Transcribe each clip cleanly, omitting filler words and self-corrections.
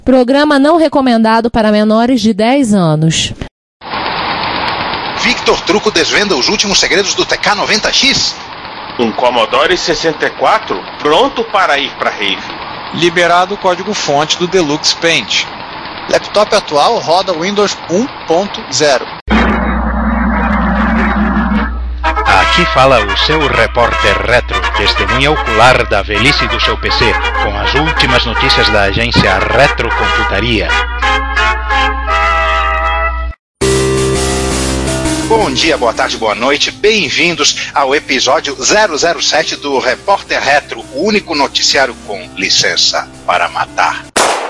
Programa não recomendado para menores de 10 anos. Victor Truco desvenda os últimos segredos do TK-90X. Um Commodore 64 pronto para ir para rave. Liberado o código-fonte do Deluxe Paint. Laptop atual roda Windows 1.0. Aqui fala o seu repórter retro, testemunha ocular da velhice do seu PC, com as últimas notícias da agência Retrocomputaria. Bom dia, boa tarde, boa noite, bem-vindos ao episódio 007 do Repórter Retro, o único noticiário com licença para matar.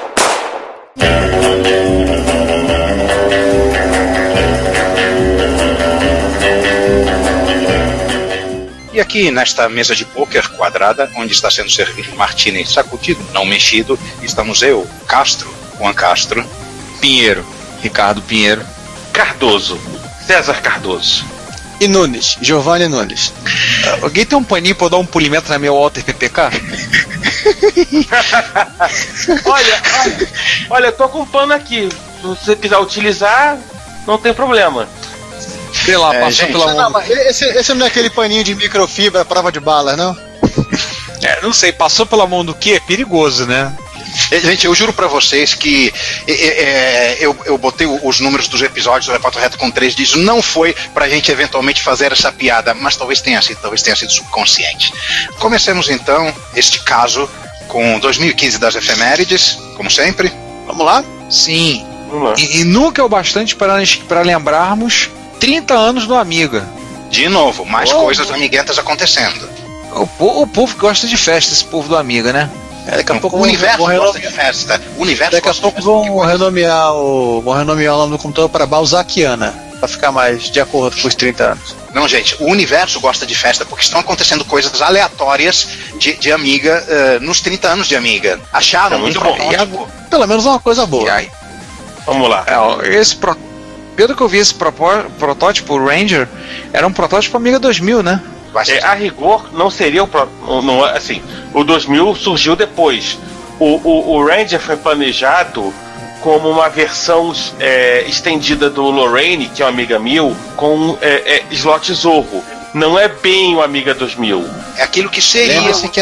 E aqui nesta mesa de pôquer quadrada, onde está sendo servido martini sacudido, não mexido, estamos eu, Castro, Juan Castro, Pinheiro, Ricardo Pinheiro, Cardoso, César Cardoso. E Nunes, Giovanni Nunes. Alguém tem um paninho pra eu dar um polimento na minha Walter PPK? Olha, eu tô com um pano aqui. Se você quiser utilizar, não tem problema. Sei lá, passou gente, pela mão. Não, mas esse não é aquele paninho de microfibra à prova de bala, não? Não sei, passou pela mão do quê? É perigoso, né? Gente, eu juro pra vocês que eu botei os números dos episódios do Repórter Retro com 3 dígitos, não foi pra gente eventualmente fazer essa piada, mas talvez tenha sido subconsciente. Comecemos então este caso com 2015 das efemérides, como sempre. Vamos lá? Sim. Vamos lá. E nunca é o bastante para lembrarmos 30 anos do Amiga. De novo, mais coisas amiguentas acontecendo. O povo gosta de festa, esse povo do Amiga, né? Daqui a pouco O universo gosta de festa. O universo Daqui a gosta de pouco festa. vão renomear o nome do computador para Balzaquiana, para ficar mais de acordo com os 30 anos. Não, gente, o universo gosta de festa porque estão acontecendo coisas aleatórias de Amiga nos 30 anos de Amiga. Acharam muito um bom. protótipo. Pelo menos uma coisa boa. E aí? Vamos lá. Pelo que eu vi, esse protótipo, o Ranger, era um protótipo Amiga 2000, né? A rigor, não seria o 2000 surgiu depois. O Ranger foi planejado como uma versão estendida do Lorraine, que é o Amiga 1000, com slot Zorro. Não é bem o Amiga 2000. É aquilo que seria.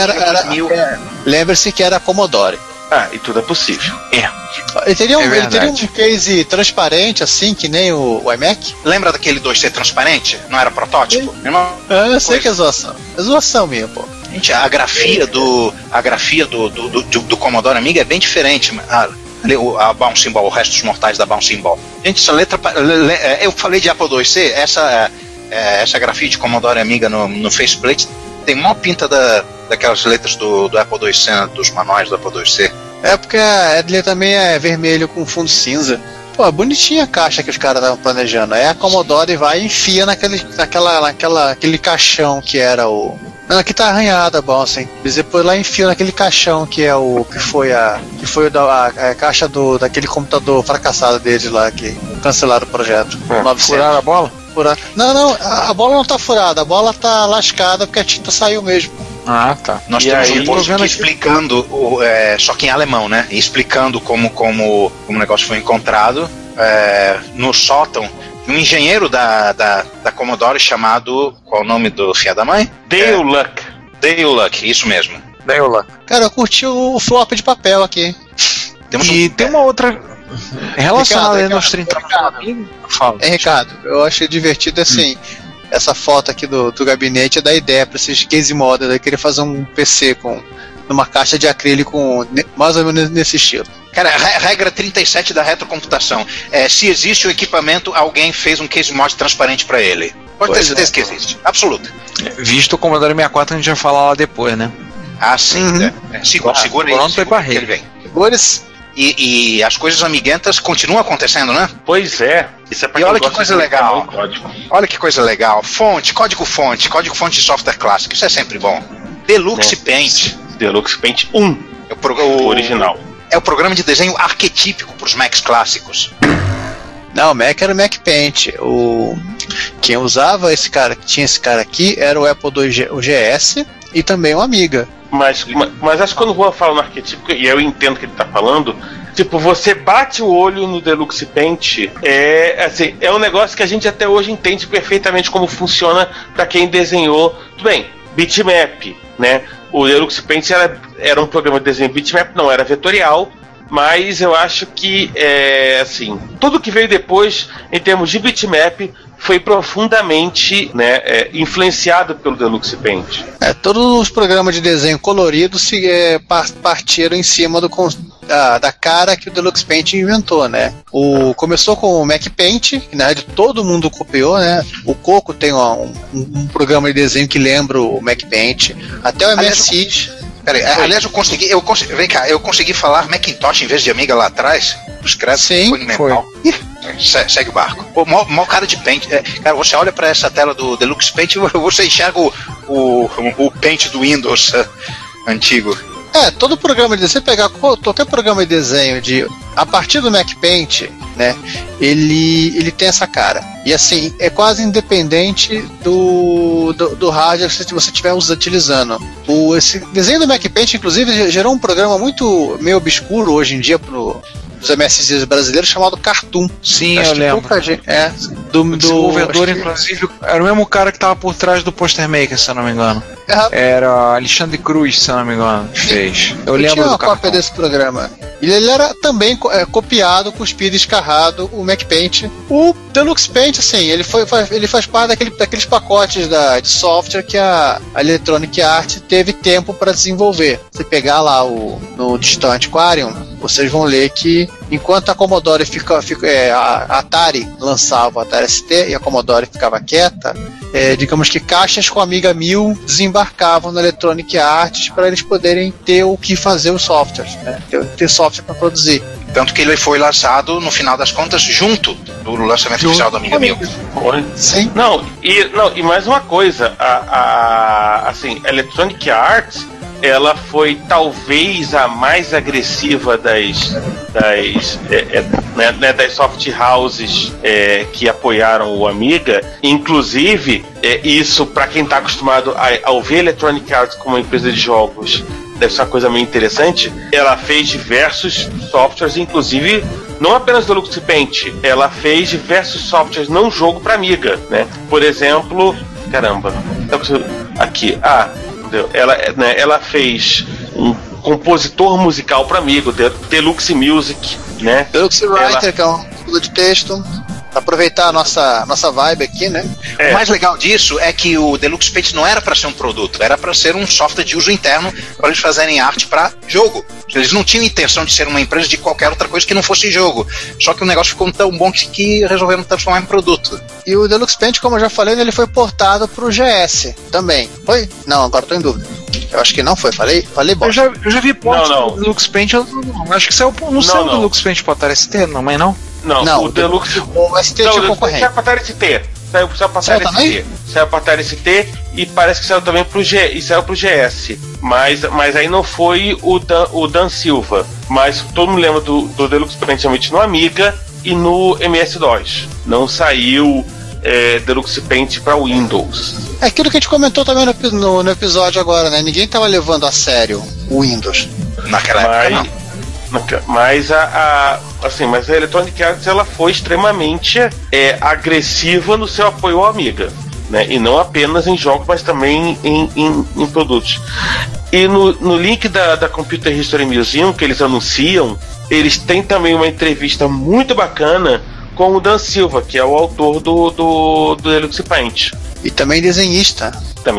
Lembre-se que era Commodore. E tudo é possível. Ele teria um verdade. case transparente, assim, que nem o iMac? Lembra daquele 2C transparente? Não era protótipo? Eu sei que é zoação. É zoação mesmo, pô. Gente, a grafia do Commodore Amiga é bem diferente. A Bounce Symbol, o resto dos mortais da Bounce Symbol. Gente, essa letra. Eu falei de Apple IIc, essa grafia de Commodore Amiga no faceplate tem mó pinta daquelas letras do Apple IIc, dos manuais do Apple IIc. É porque a Edley também é vermelho com fundo cinza. Pô, bonitinha a caixa que os caras estavam planejando. Aí a Commodore vai e enfia naquele caixão que era o... Não, aqui tá arranhada, bom, assim. Eles depois lá enfiam naquele caixão que é o... Que foi a caixa daquele computador fracassado deles lá, que cancelaram o projeto. 900. Furaram a bola? Não, a bola não tá furada, a bola tá lascada porque a tinta saiu mesmo. Ah, tá. Nós E temos aí, um post aqui explicando, só que em alemão, né? Explicando como o negócio foi encontrado no sótão. Um engenheiro da Commodore chamado... Qual é o nome do filho da mãe? Dale Luck. Dale Luck, isso mesmo. Cara, eu curti o flop de papel aqui. Tem uma outra relacionada aí nos 30 anos. Ricardo, eu achei divertido assim. Essa foto aqui do gabinete é da ideia para esses case models. Eu queria fazer um PC numa caixa de acrílico mais ou menos nesse estilo. Cara, regra 37 da retrocomputação. Se existe o equipamento, alguém fez um case mod transparente para ele. Pode ter certeza que existe. Absoluta. Visto o Commodore 64, a gente vai falar lá depois, né? Ah, sim. Segura aí. Pronto, Segura que ele vem. E as coisas amiguentas continuam acontecendo, né? Pois é. Isso é pra E olha quem que gosta coisa de legal. código. Olha que coisa legal. Código-fonte de software clássico. Isso é sempre bom. Deluxe Paint. Deluxe Paint 1. O original. É o programa de desenho arquetípico para os Macs clássicos. Não, o Mac era o Mac Paint. Quem usava que tinha esse cara aqui era o Apple II o GS e também o Amiga. Mas acho que quando o Juan fala no arquetípico, e eu entendo o que ele está falando, Tipo, você bate o olho no Deluxe Paint, é um negócio que a gente até hoje entende perfeitamente como funciona para quem desenhou. Tudo bem, bitmap, né? O Deluxe Paint era um programa de desenho bitmap, não era vetorial, mas eu acho que, tudo que veio depois, em termos de bitmap, foi profundamente, né, influenciado pelo Deluxe Paint. Todos os programas de desenho colorido partiram em cima da cara que o Deluxe Paint inventou, né? Começou com o Mac Paint, que na verdade todo mundo copiou, né? O Coco tem um programa de desenho que lembra o Mac Paint, até o MSX. Peraí, aliás, vem cá, eu consegui falar Macintosh em vez de Amiga lá atrás. Os créditos foi. Segue o barco. Mó cara de Paint. Cara, você olha pra essa tela do Deluxe Paint e você enxerga o Paint do Windows antigo. Todo programa de desenho, você pegar qualquer programa de desenho a partir do Mac Paint, né, ele tem essa cara. E assim, é quase independente do hardware que você estiver utilizando. Esse desenho do Mac Paint, inclusive, gerou um programa meio obscuro hoje em dia dos MSX brasileiros chamado Cartoon. Sim, eu lembro. O desenvolvedor, inclusive, era o mesmo cara que estava por trás do Poster Maker, se eu não me engano. Era Alexandre Cruz, se eu não me engano, fez. Eu lembro tinha do uma Cartoon. cópia desse programa. E ele era também copiado, cuspido e escarrado, o Mac Paint. O Deluxe Paint, assim, ele faz parte daqueles pacotes de software que a Electronic Arts teve tempo para desenvolver. Se pegar lá no Distant Aquarium, vocês vão ler que enquanto a Commodore a Atari lançava o Atari ST e a Commodore ficava quieta, digamos que caixas com Amiga 1000 desembarcavam na Electronic Arts para eles poderem ter o que fazer os softwares, né? Ter software para produzir. Tanto que ele foi lançado, no final das contas, junto do lançamento oficial do Amiga 1000. Sim. E mais uma coisa, a Electronic Arts, ela foi talvez a mais agressiva das soft houses que apoiaram o Amiga. Inclusive, isso, para quem está acostumado a ouvir Electronic Arts como uma empresa de jogos, deve ser uma coisa meio interessante. Ela fez diversos softwares, inclusive não apenas do Deluxe Paint, ela fez diversos softwares não jogo para Amiga, né? Por exemplo, ela fez um compositor musical para Amiga, Deluxe Music, né? Deluxe Writer, que é um estudo de texto. Aproveitar a nossa vibe aqui, né? O mais legal disso é que o Deluxe Paint não era para ser um produto, era para ser um software de uso interno para eles fazerem arte para jogo. Eles não tinham intenção de ser uma empresa de qualquer outra coisa que não fosse jogo. Só que o negócio ficou tão bom que resolveram transformar em produto. E o Deluxe Paint, como eu já falei, ele foi portado pro GS também. Foi? Não, agora tô em dúvida. Eu acho que não foi, falei bom. Eu já vi portes do Deluxe Paint, acho que saiu o Deluxe Paint pro Atari ST, não? Não, o Deluxe. O ST tinha concorrente. Saiu para Atari ST. Saiu para Atari ST e parece que saiu também pro GS. Mas aí não foi o Dan Silva. Mas todo mundo lembra do Deluxe Paint no Amiga e no MS-DOS. Não saiu Deluxe Paint para Windows. É aquilo que a gente comentou também no episódio agora, né? Ninguém tava levando a sério o Windows. Naquela época, não. Mas mas a Electronic Arts, ela foi extremamente agressiva no seu apoio ao Amiga, né? E não apenas em jogos, mas também em produtos. E no link da Computer History Museum que eles anunciam, eles têm também uma entrevista muito bacana com o Dan Silva, que é o autor do Deluxe Paint. E também desenhista.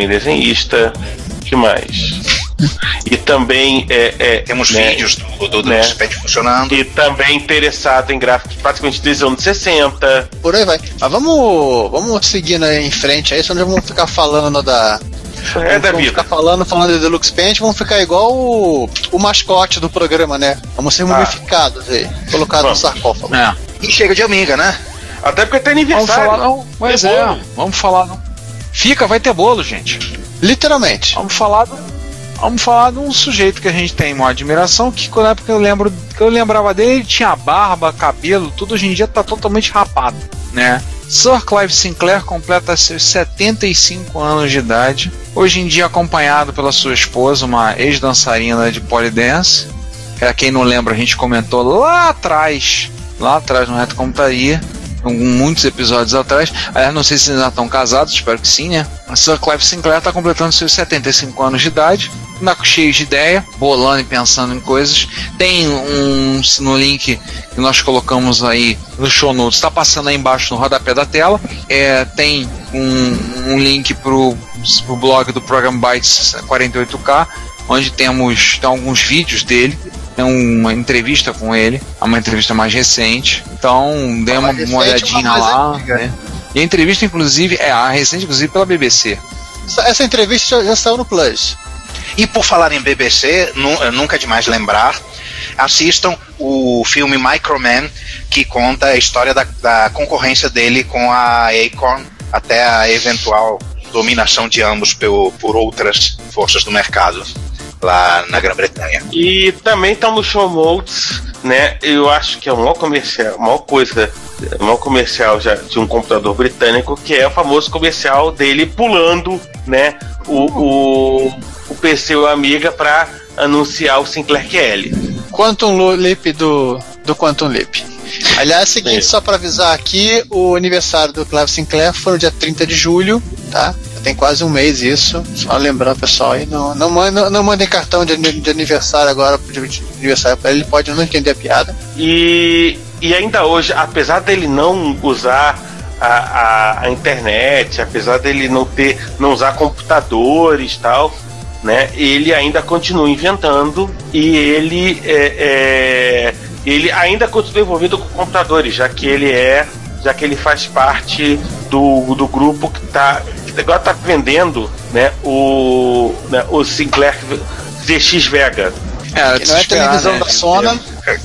Que mais? E também temos vídeos do Deluxe Paint funcionando. E também interessado em gráficos praticamente desde os anos 60. Por aí vai. Mas vamos seguindo em frente aí, senão vamos ficar falando vamos ficar falando de Deluxe Paint, vamos ficar igual o mascote do programa, né? Vamos ser mumificados aí, colocados no sarcófago. E chega de Amiga, né? Até porque tem aniversário. Vamos falar não. Vai ter bolo, gente. Literalmente. Vamos falar de um sujeito que a gente tem uma admiração, que na época eu lembrava dele, ele tinha barba, cabelo, tudo, hoje em dia tá totalmente rapado, né? Sir Clive Sinclair completa seus 75 anos de idade, hoje em dia acompanhado pela sua esposa, uma ex-dançarina de polydance. Quem não lembra, a gente comentou lá atrás no Retro Computaria, muitos episódios atrás. Aliás, não sei se eles ainda estão casados, espero que sim, né? A Sir Clive Sinclair está completando seus 75 anos de idade, cheio de ideia, bolando e pensando em coisas. Tem no link que nós colocamos aí no show notes, está passando aí embaixo no rodapé da tela, tem um link pro blog do Program Bytes 48K, onde tem alguns vídeos dele. Tem uma entrevista com ele, uma entrevista mais recente. Então, dê uma olhadinha lá. Né? E a entrevista, inclusive, recente, inclusive, pela BBC. Essa entrevista já saiu no Plus. E por falar em BBC, nunca é demais lembrar, assistam o filme Microman, que conta a história da concorrência dele com a Acorn até a eventual dominação de ambos por outras forças do mercado lá na Grã-Bretanha. E também tá no show notes, né? Eu acho que é o maior comercial já de um computador britânico, que é o famoso comercial dele pulando, né? O PC ou Amiga para anunciar o Sinclair QL. Quantum Leap do Quantum Leap. Aliás, é o seguinte, só para avisar aqui, o aniversário do Clive Sinclair foi no dia 30 de julho, tá? Tem quase um mês isso, só lembrando o pessoal aí, não mandem cartão de aniversário agora, de aniversário para ele pode não entender a piada. E ainda hoje, apesar dele não usar a internet, apesar dele não usar computadores e tal, né, ele ainda continua inventando e ele ainda continua envolvido com computadores, já que ele faz parte do grupo que agora está vendendo, né, o Sinclair ZX Vega. Que não é televisão, né, da Sony.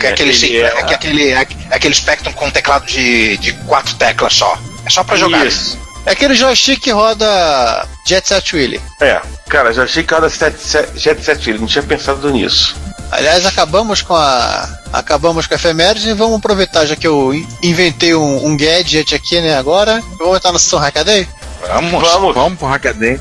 Aquele Spectrum com teclado de 4 teclas só. É só pra jogar. Isso. É aquele joystick que roda Jet Set Willy. Cara, joystick que roda Jet Set Willy. Não tinha pensado nisso. Aliás, acabamos com a efeméride e vamos aproveitar, já que eu inventei um gadget aqui, né, agora. Vamos entrar no sessão Hackaday? Vamos pro Hackaday.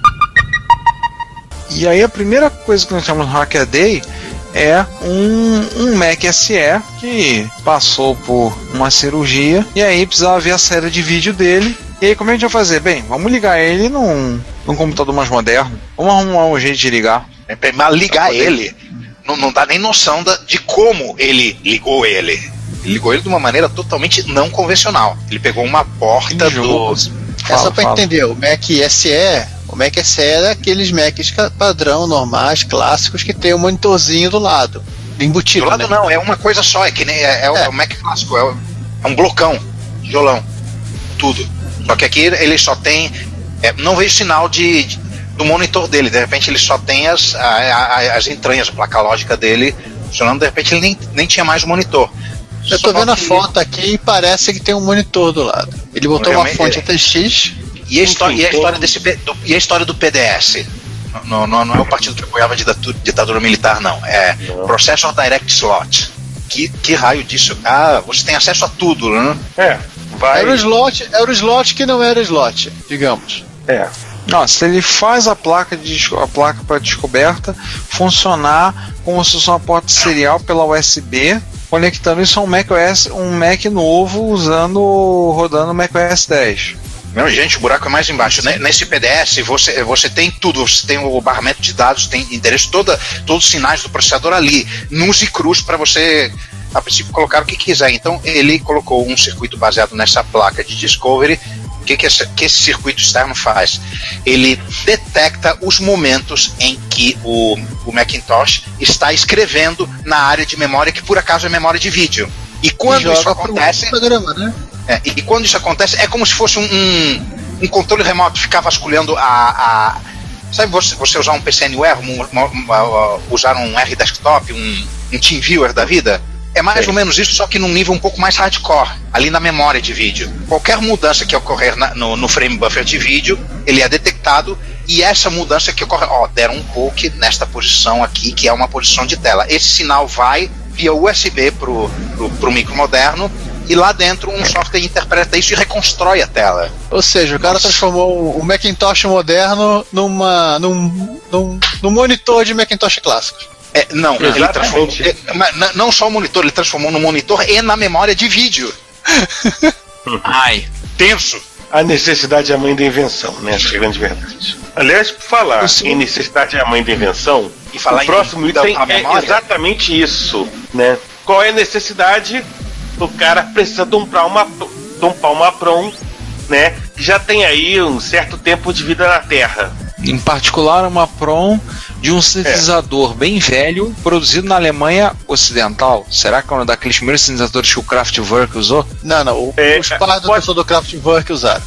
E aí a primeira coisa que nós temos no Hackaday é um Mac SE que passou por uma cirurgia e aí precisava ver a série de vídeo dele. E aí como é que a gente vai fazer? Bem, vamos ligar ele num computador mais moderno. Vamos arrumar um jeito de ligar. Mas ligar ele não dá nem noção de como ele ligou ele. Ele ligou ele de uma maneira totalmente não convencional. Ele pegou uma porta do... Só pra entender, o Mac SE é aqueles Macs padrão, normais, clássicos, que tem um monitorzinho do lado, embutido. Do lado, né? Não, é uma coisa só, é que nem o Mac clássico, é um blocão, tijolão, tudo. Só que aqui ele só tem, não vejo sinal do monitor dele, de repente ele só tem as entranhas, a placa lógica dele funcionando, de repente ele nem tinha mais o monitor. Eu tô vendo a foto aqui e parece que tem um monitor do lado. Ele botou uma fonte ATX. E a história do PDS? Não é o partido que apoiava a ditadura militar, não. É Processor Direct Slot. Que raio disso? Você tem acesso a tudo, né? Era o slot que não era slot, digamos. Nossa, ele faz a placa para descoberta funcionar como se fosse uma porta serial pela USB, conectando isso a um Mac novo rodando o macOS 10. Não, gente, o buraco é mais embaixo. Nesse PDS você tem tudo, você tem o barramento de dados, tem endereço, todos os sinais do processador ali, nus e cruz, para você a princípio colocar o que quiser. Então ele colocou um circuito baseado nessa placa de Discovery. O que esse circuito externo faz? Ele detecta os momentos em que o Macintosh está escrevendo na área de memória que por acaso é memória de vídeo. E quando isso acontece, programa, né? E quando isso acontece, é como se fosse um controle remoto, ficar vasculhando sabe você usar um PC Anywhere, usar um R-Desktop, um TeamViewer da vida? É mais ou menos isso, só que num nível um pouco mais hardcore, ali na memória de vídeo. Qualquer mudança que ocorrer no frame buffer de vídeo, ele é detectado, e essa mudança que ocorre, deram um poke nesta posição aqui, que é uma posição de tela. Esse sinal vai via USB pro micro moderno, e lá dentro um software interpreta isso e reconstrói a tela. Ou seja, o cara transformou o Macintosh moderno num monitor de Macintosh clássicos. Não, ele transformou. Não só o monitor, ele transformou no monitor e na memória de vídeo. Ai, Tenso. A necessidade é a mãe da invenção, né? Essa é a grande verdade. Aliás, por falar em necessidade é a mãe da invenção, E falar o próximo item a é memória? exatamente isso, né? Qual é a necessidade? O cara precisa de um Palma Pro, né? Que já tem aí um certo tempo de vida na Terra. em particular uma PROM de um sintetizador bem velho, produzido na Alemanha Ocidental. Será que é um daqueles primeiros sintetizadores que o Kraftwerk usou? Não, os pais do pessoal do Kraftwerk usaram.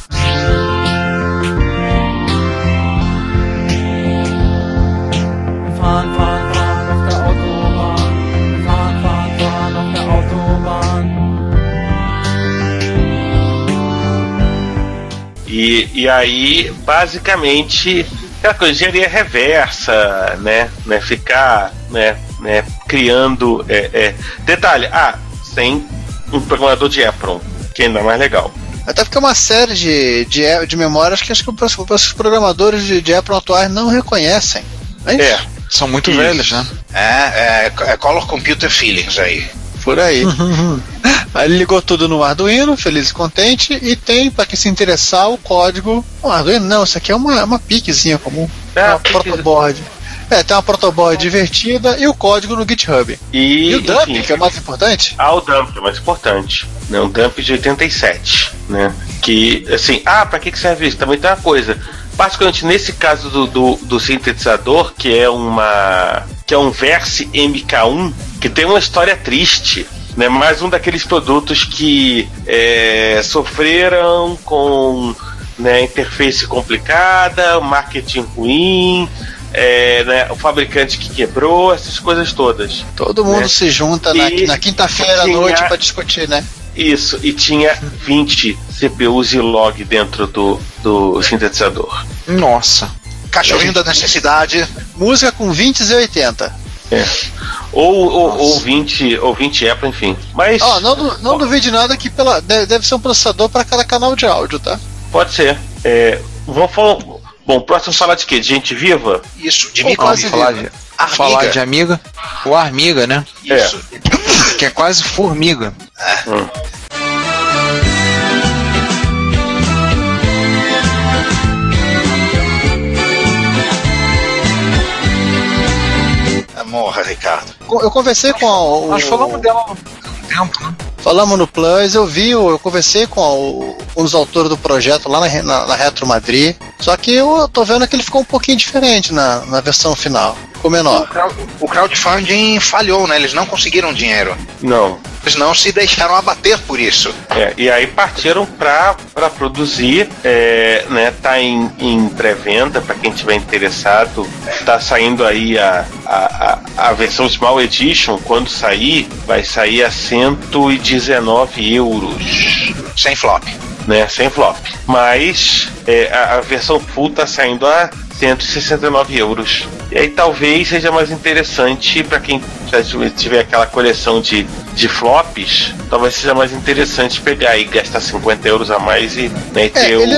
E aí, basicamente, aquela coisa de engenharia reversa, né? Ficar, criando. Detalhe, sem um programador de EPROM, que é ainda mais legal. Até porque é uma série de memórias que acho que os programadores de EPROM atuais não reconhecem. São muito velhos, né? É Color Computer Feelings aí. Por aí. Aí ele ligou tudo no Arduino, feliz e contente, e tem, para quem se interessar, o código. Arduino não, isso aqui é uma PICzinha comum. Uma protoboard. Tem uma protoboard divertida e o código no GitHub. E o dump, enfim, que é o mais importante? O dump é o mais importante. Né? Um dump de 87. Né? Que, assim, pra que serve isso? Também tem uma coisa. Particularmente nesse caso do sintetizador, que é um Verse MK1, que tem uma história triste. Né, mais um daqueles produtos que sofreram com interface complicada, marketing ruim, o fabricante que quebrou, essas coisas todas. Todo mundo se junta na quinta-feira à noite para discutir, né? Isso, e tinha 20 CPUs e log dentro do sintetizador. Nossa. Cachorrinho da necessidade. Música com 20 e 80. Ou 20 Apple, enfim. Mas. Não duvide nada que deve ser um processador para cada canal de áudio, tá? Pode ser. Vamos falar. Bom, próximo falar de quê? De gente viva? Isso, de falar de Amiga. O Amiga, né? Isso. Que é quase formiga. Morra, Ricardo. Eu conversei com Nós falamos dela há um tempo, né? Falamos no Plus, eu conversei com um dos autores do projeto lá na Retro Madrid, só que eu tô vendo que ele ficou um pouquinho diferente na versão final, ficou menor. O crowdfunding falhou, né? Eles não conseguiram dinheiro. Não. Eles não se deixaram abater por isso. E aí partiram para produzir, tá em pré-venda, para quem tiver interessado, tá saindo aí a versão Small Edition, quando sair, vai sair a 119 euros. Sem flop. Sem flop. Mas a versão full tá saindo a 169 euros. E aí talvez seja mais interessante para quem já tiver aquela coleção de flops, talvez seja mais interessante pegar e gastar 50 euros a mais e ter ele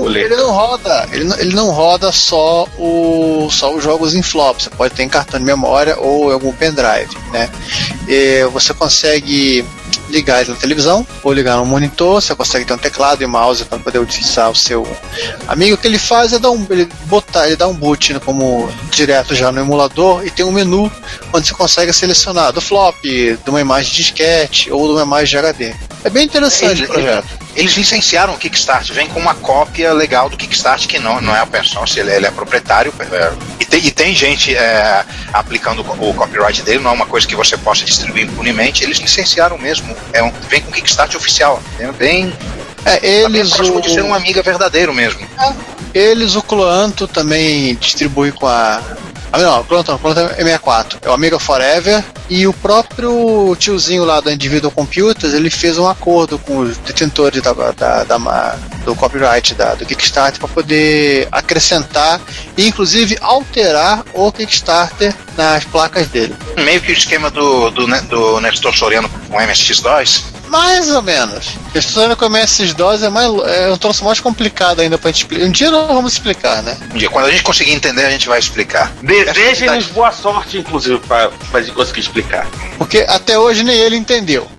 não roda só os jogos em flop. Você pode ter em cartão de memória ou em algum pendrive, né? E você consegue ligar ele na televisão ou ligar no monitor, você consegue ter um teclado e mouse para poder utilizar o seu amigo. O que ele faz é ele dá um boot como direto já no emulador e tem um menu onde você consegue selecionar do flop, de uma imagem de disquete ou de uma imagem de HD. É bem interessante o projeto. Eles licenciaram o Kickstart, vem com uma cópia legal do Kickstart que não é open source, ele é proprietário. E tem gente aplicando o copyright dele, não é uma coisa que você possa distribuir impunemente, eles licenciaram mesmo. Vem com Kickstart oficial. Eles próximo de ser uma amiga verdadeiro mesmo. O Cloanto também distribui com o Cloanto é 64. É o Amiga Forever. E o próprio tiozinho lá do Individual Computers, ele fez um acordo com os detentores do copyright do Kickstarter para poder acrescentar e inclusive alterar o Kickstarter nas placas dele. Meio que o esquema do Nestor Soriano com o MSX2. Mais ou menos. A história com MS-DOS é um troço mais complicado ainda pra gente explicar. Um dia nós vamos explicar, né? Um dia, quando a gente conseguir entender, a gente vai explicar. Desejem-nos boa sorte, inclusive, pra gente conseguir explicar. Porque até hoje nem ele entendeu.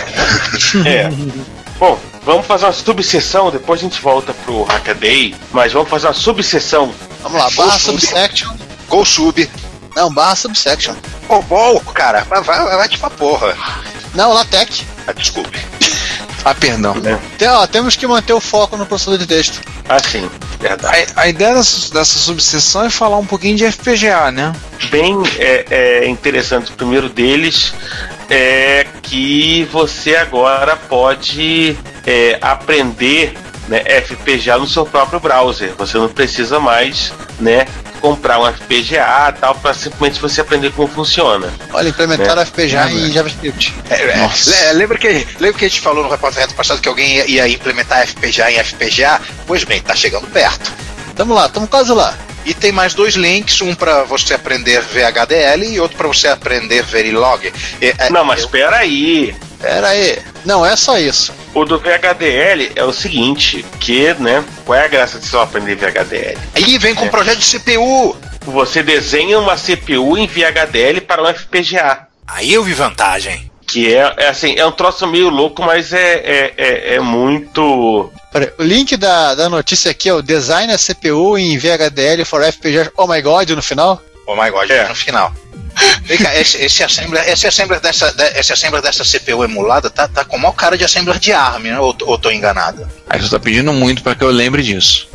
Bom, vamos fazer uma subseção, depois a gente volta pro Hackaday, mas vamos fazer uma subseção. Vamos lá, barra subsection. Go sub. Não, barra subsection. Bom, cara, vai pra porra. Não, LaTeX. Desculpe. Perdão. Temos que manter o foco no processador de texto. Sim, verdade. A ideia dessa subseção é falar um pouquinho de FPGA, né? Bem interessante. O primeiro deles é que você agora pode aprender, né, FPGA no seu próprio browser. Você não precisa mais, né, comprar um FPGA tal para simplesmente você aprender como funciona. Olha, implementaram FPGA em JavaScript. Lembra que a gente falou no Repórter Retro passado que alguém ia implementar FPGA em FPGA? Pois bem, tá chegando perto. Tamo lá, tamo quase lá. E tem mais 2 links, um para você aprender VHDL e outro para você aprender Verilog. Não, mas espera aí. Não é só isso. O do VHDL é o seguinte, que, né, qual é a graça de só aprender VHDL? Aí vem com um projeto de CPU. Você desenha uma CPU em VHDL para um FPGA. Aí eu vi vantagem. Que é um troço meio louco, mas é muito... Peraí, o link da notícia aqui é o Design a CPU em VHDL for FPGA, oh my god, no final? Oh my god, no final. Vem cá, esse assembler dessa CPU emulada tá com o maior cara de assembler de ARM, né? Ou tô enganado? Aí você tá pedindo muito pra que eu lembre disso.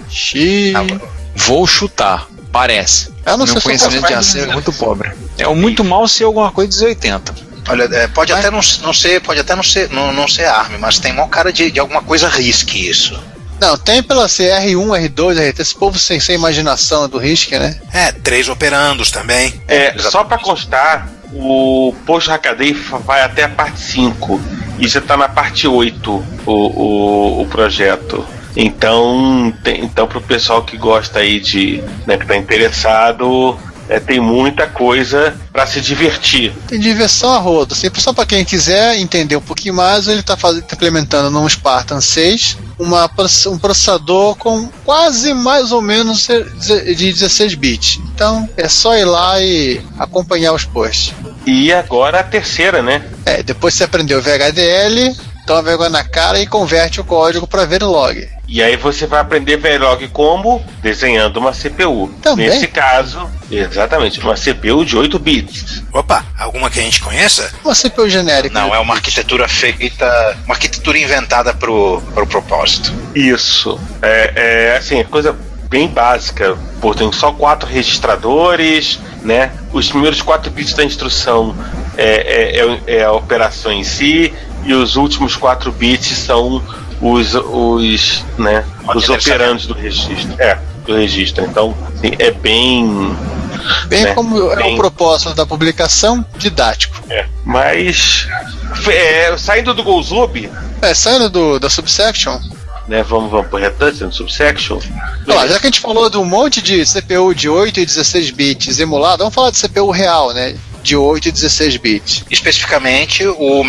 Vou chutar, parece. Meu conhecimento de assembler é muito pobre. É muito mal ser alguma coisa dos 80. Olha, pode até não ser ARM, mas tem maior cara de alguma coisa RISC isso. Não, tem pela R1, R2, RT, esse povo sem imaginação do RISC, né? 3 operandos também. Só pra constar, o Post Hackaday vai até a parte 5 e já tá na parte 8 o projeto. Então pro pessoal que gosta aí de, né, que tá interessado, tem muita coisa para se divertir. Tem diversão a rodo. Só para quem quiser entender um pouquinho mais, ele está implementando num Spartan 6 um processador com quase mais ou menos de 16 bits. Então é só ir lá e acompanhar os posts. E agora a terceira, né? Depois você aprendeu VHDL, toma vergonha na cara e converte o código para Verilog. E aí você vai aprender Verilog como? Desenhando uma CPU. Também? Nesse caso, exatamente, uma CPU de 8 bits. Opa, alguma que a gente conheça? Uma CPU genérica. Não, é uma arquitetura feita, uma arquitetura inventada pro propósito. Isso. Assim, coisa bem básica. Pô, tem só 4 registradores, né? Os primeiros 4 bits da instrução é a operação em si, e os últimos 4 bits são os operandos do registro. Do registro. Então, assim, é bem... Bem, como é o propósito da publicação, didático. Mas, saindo do GoSub... saindo da Subsection... Né, vamos pro Retouch no Subsection. Já que a gente falou de um monte de CPU de 8 e 16 bits emulado, vamos falar de CPU real, né? De 8 e 16 bits. Especificamente o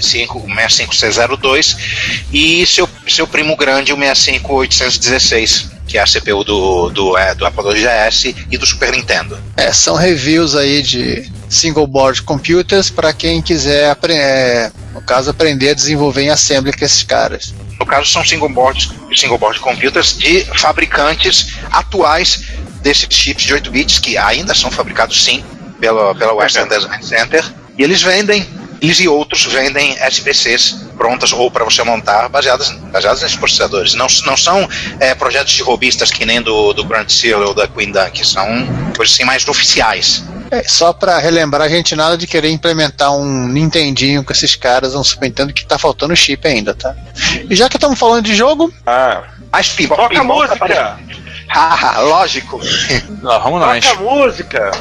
65602 e seu primo grande, o 65816, que é a CPU do Apple IIgs e do Super Nintendo. São reviews aí de single board computers para quem quiser no caso, aprender a desenvolver em assembly com esses caras. No caso, são single board computers de fabricantes atuais desses chips de 8 bits que ainda são fabricados sim pela Western Design Center, e eles e outros vendem SBCs prontas ou para você montar baseadas nesses processadores. Não são projetos de robistas que nem do Grand Seal ou da Queen Dunk, são coisas assim mais oficiais. Só para relembrar, a gente nada de querer implementar um Nintendinho com esses caras, um Super Nintendo que tá faltando chip ainda, tá? E já que estamos falando de jogo... Toca a música! Lógico! Vamos lá. Toca a música!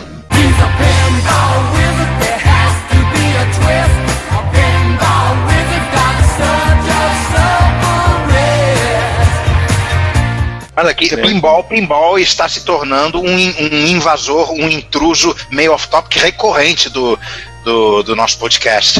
Olha aqui, Pinball está se tornando um invasor, um intruso meio off-topic recorrente do nosso podcast.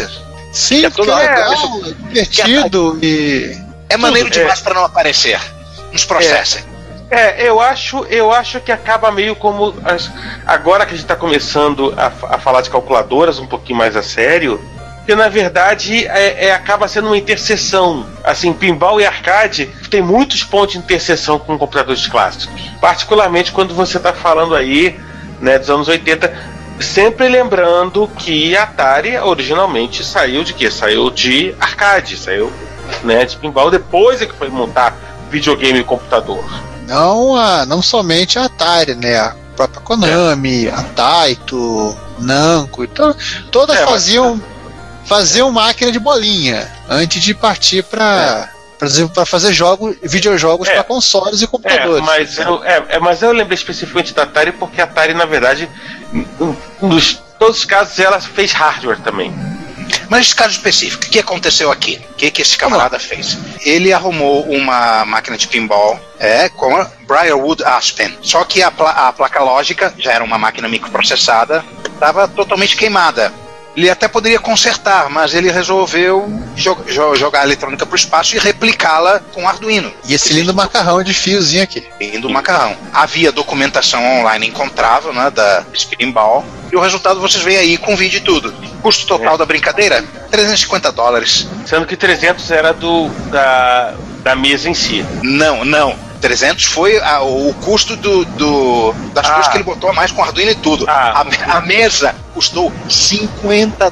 Sim, é porque toda hora é legal, divertido e... É maneiro demais para não aparecer. Nos processem. Eu acho que acaba meio como. Agora que a gente está começando a falar de calculadoras um pouquinho mais a sério, que na verdade acaba sendo uma interseção. Assim, pinball e arcade tem muitos pontos de interseção com computadores clássicos. Particularmente quando você está falando aí, né, dos anos 80, sempre lembrando que a Atari originalmente saiu de quê? Saiu de arcade, saiu, né, de pinball, depois é que foi montar videogame e computador. Não somente a Atari, né? A própria Konami, a Taito, Namco, então, todas faziam máquina de bolinha antes de partir para fazer videojogos para consoles e computadores. Mas eu lembrei especificamente da Atari porque a Atari, na verdade, todos os casos, ela fez hardware também. Mas nesse caso específico, o que aconteceu aqui? O que esse camarada fez? Ele arrumou uma máquina de pinball com a Briarwood Aspen. Só que a placa lógica, já era uma máquina microprocessada, estava totalmente queimada. Ele até poderia consertar, mas ele resolveu jogar a eletrônica para o espaço e replicá-la com Arduino. E esse lindo macarrão de fiozinho aqui. Lindo macarrão. Havia documentação online encontrável, né, da pinball. E o resultado vocês veem aí com vídeo e tudo. Custo total da brincadeira? $350. Sendo que 300 era da mesa em si. Não. 300 foi o custo das coisas que ele botou a mais com Arduino e tudo. A mesa custou $50.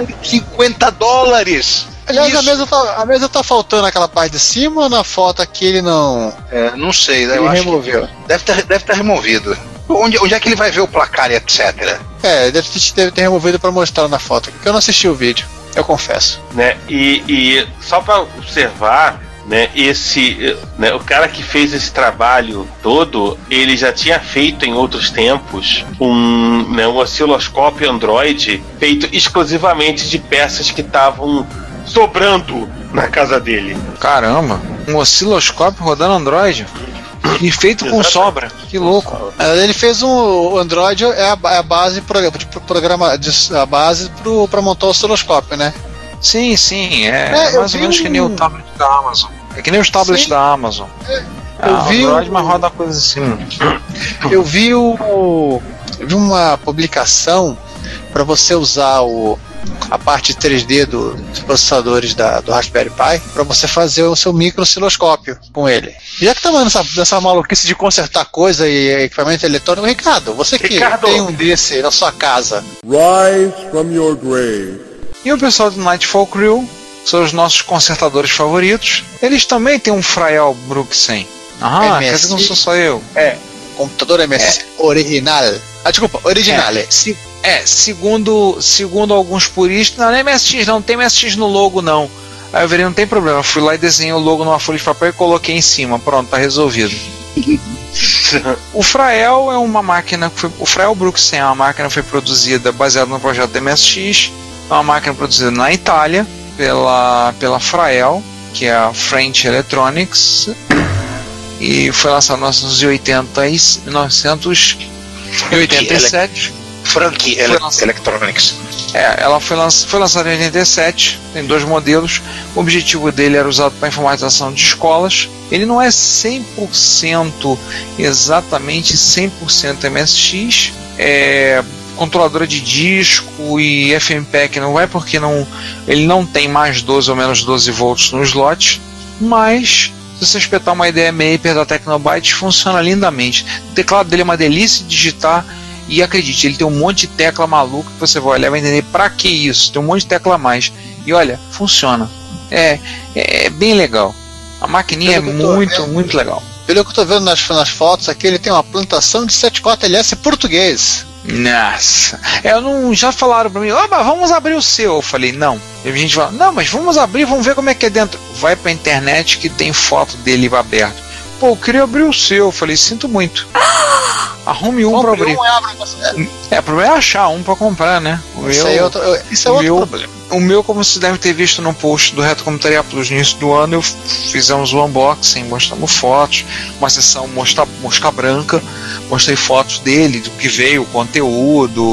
$50! Aliás, a mesa tá faltando aquela parte de cima ou na foto aqui ele não... não sei. Ele removeu. Deve ter removido. Onde é que ele vai ver o placar e etc? Deve ter removido para mostrar na foto, porque eu não assisti o vídeo, eu confesso. Né? E só para observar, né, o cara que fez esse trabalho todo, ele já tinha feito em outros tempos um osciloscópio Android feito exclusivamente de peças que estavam sobrando na casa dele. Caramba, um osciloscópio rodando Android? E feito com sobra, que louco. Ele fez o Android, a base para montar o osciloscópio, né? Sim, é mais ou menos que nem o tablet da Amazon. É que nem os tablets da Amazon. Eu vi Android, mas roda coisa assim. Eu vi uma publicação para você usar a parte 3D dos processadores do Raspberry Pi para você fazer o seu micro osciloscópio com ele. Já que estamos nessa maluquice de consertar coisa e equipamento eletrônico, Ricardo, você que tem um desse na sua casa. Rise from your grave. E o pessoal do Nightfall Crew são os nossos consertadores favoritos. Eles também têm um Frael Brook 100. Quer dizer que não sou só eu. Computador MSI original. Original. Segundo alguns puristas, não é MSX, não tem MSX no logo, não. Aí eu virei, não tem problema, eu fui lá e desenhei o logo numa folha de papel e coloquei em cima, pronto, tá resolvido. O Frael é uma máquina, o Frael Brook 100 é uma máquina que foi produzida baseada no projeto da MSX, é uma máquina produzida na Itália pela Frael, que é a French Electronics, e foi lançada em 1987. Frank Electronics. Ela foi lançada em 87, tem 2 modelos. O objetivo dele era usado para informatização de escolas. Ele não é 100%, exatamente 100% MSX. Controladora de disco e FMPEG não vai, porque ele não tem mais 12 ou menos 12 volts no slot, mas se você espetar uma IDE Maper da Tecnobyte, funciona lindamente. O teclado dele é uma delícia de digitar. E acredite, ele tem um monte de tecla maluca que você vai olhar e vai entender pra que isso. Tem um monte de tecla a mais. E olha, funciona. É bem legal. A maquininha é muito legal. Pelo que eu tô vendo nas fotos aqui, ele tem uma plantação de 74LS português. Nossa. Já falaram pra mim, vamos abrir o seu. Eu falei, não. E a gente fala, não, mas vamos abrir, vamos ver como é que é dentro. Vai pra internet que tem foto dele aberto. Pô, eu queria abrir o seu. Eu falei, sinto muito. Arrume um pra abrir. O problema é achar um pra comprar, né? Isso é outro problema. O meu, como você deve ter visto no post do Retro Computaria Plus no início do ano, fizemos o unboxing, mostramos fotos, uma sessão mosca branca, mostrei fotos dele, do que veio, o conteúdo,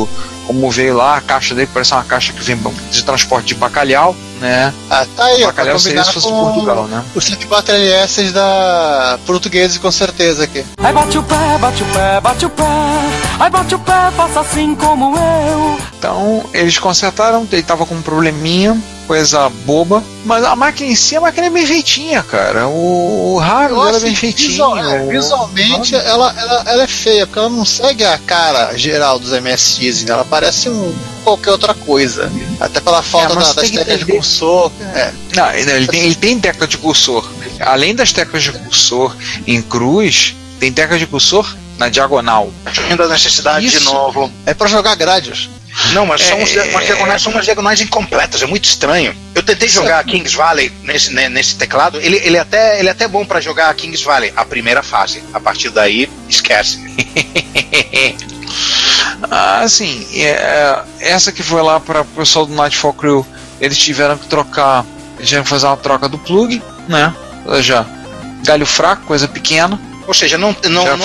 como veio lá, a caixa dele parece uma caixa que vem de transporte de bacalhau, né? Ah, tá aí, Bacalhau seria se fosse de Portugal, né? Os 104 LS da portugueses com certeza aqui. Aí bate o pé, bate o pé, bate o pé. Aí bate o pé, faça assim como eu. Então, eles consertaram, ele tava com um probleminha, coisa boba, mas a máquina em si, a máquina é bem feitinha, cara. O raro dela é bem feitinho. Visualmente, ela é feia, porque ela não segue a cara geral dos MSX, né? Ela parece qualquer outra coisa. Até pela falta das teclas de cursor. Não, ele tem tecla de cursor. Além das teclas de cursor em cruz, tem tecla de cursor na diagonal. Ainda necessidade de novo. É pra jogar grades. Não, mas são umas diagonais incompletas, é muito estranho. Eu tentei jogar Kings Valley nesse teclado, ele é até bom pra jogar Kings Valley, a primeira fase. A partir daí, esquece. Assim, essa que foi lá para o pessoal do Nightfall Crew, eles tiveram que fazer uma troca do plug, né? Ou seja, galho fraco, coisa pequena. Ou seja, não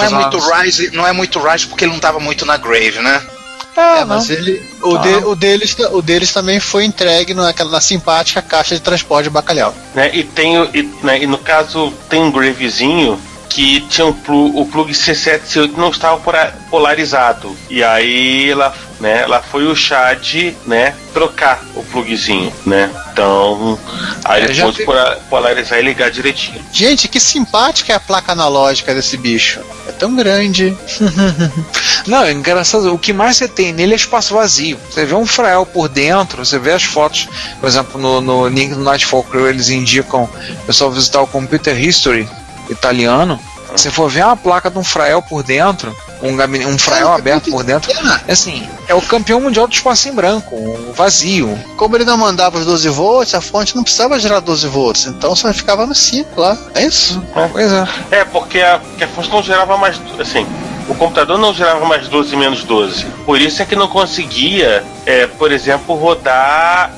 é muito Rise porque ele não estava muito na Grave, né? Mas o deles também foi entregue na simpática caixa de transporte de bacalhau. Né, e no caso tem um Gravezinho que tinha o plug C7 e C8 não estava polarizado. E aí lá foi o Chad, né, trocar o plugzinho, né? Então, aí ele pôde polarizar e ligar direitinho. Gente, que simpática é a placa analógica desse bicho. É tão grande. Não, é engraçado. O que mais você tem nele é espaço vazio. Você vê um frael por dentro, você vê as fotos, por exemplo, no link do Nightfall Crew, eles indicam o pessoal visitar o Computer History italiano. Se for ver uma placa de um frael por dentro, um frael aberto por dentro, assim, é o campeão mundial do espaço em branco, vazio. Como ele não mandava os 12 volts, a fonte não precisava gerar 12 volts, então só ficava no 5 lá, é isso? Pois é. Porque a fonte não gerava mais, assim, o computador não gerava mais 12 menos 12. Por isso é que não conseguia, por exemplo, rodar.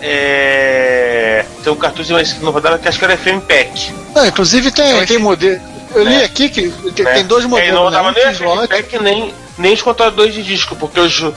Tem um cartucho que não rodava, que acho que era FMPEG. Não, inclusive tem modelo. Eu li aqui que tem dois modelos. Não rodava nem a FMPEG, nem os controladores de disco, porque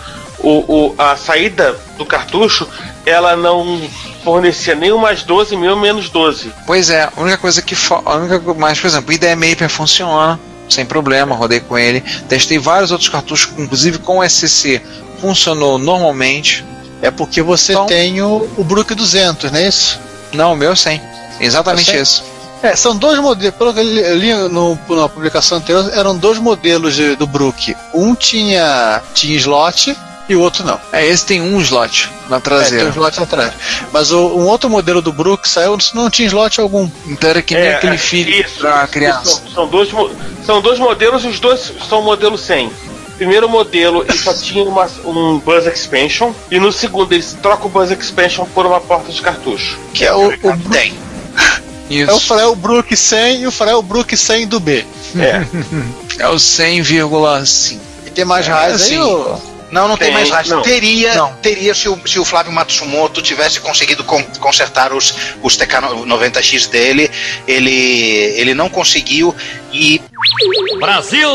a saída do cartucho ela não fornecia nem o mais 12 nem o menos 12. Pois é, a única coisa mais, por exemplo, o IDE Maper funciona sem problema, rodei com ele, testei vários outros cartuchos, inclusive com o SCC, funcionou normalmente. É porque você tem o Brook 200, não é isso? Não, o meu sem, exatamente isso. São dois modelos, pelo que eu li na publicação anterior, eram dois modelos do Brook. Um tinha slot e o outro não. Esse tem um slot na traseira. Tem um slot atrás. Mas um outro modelo do Brook saiu, não tinha slot algum. Então era que nem aquele filho pra criança. São dois modelos e os dois são modelo 100. Primeiro modelo ele só tinha um Buzz Expansion e no segundo eles trocam o Buzz Expansion por uma porta de cartucho. Que é o tem. Isso. É o Frael Brook 100 e o Frael Brook 100 do B. É o 100,5. E tem mais raiz aí? Não tem mais raiz. Teria se o Flávio Matsumoto tivesse conseguido consertar os TK90X dele. Ele não conseguiu e... Brasil!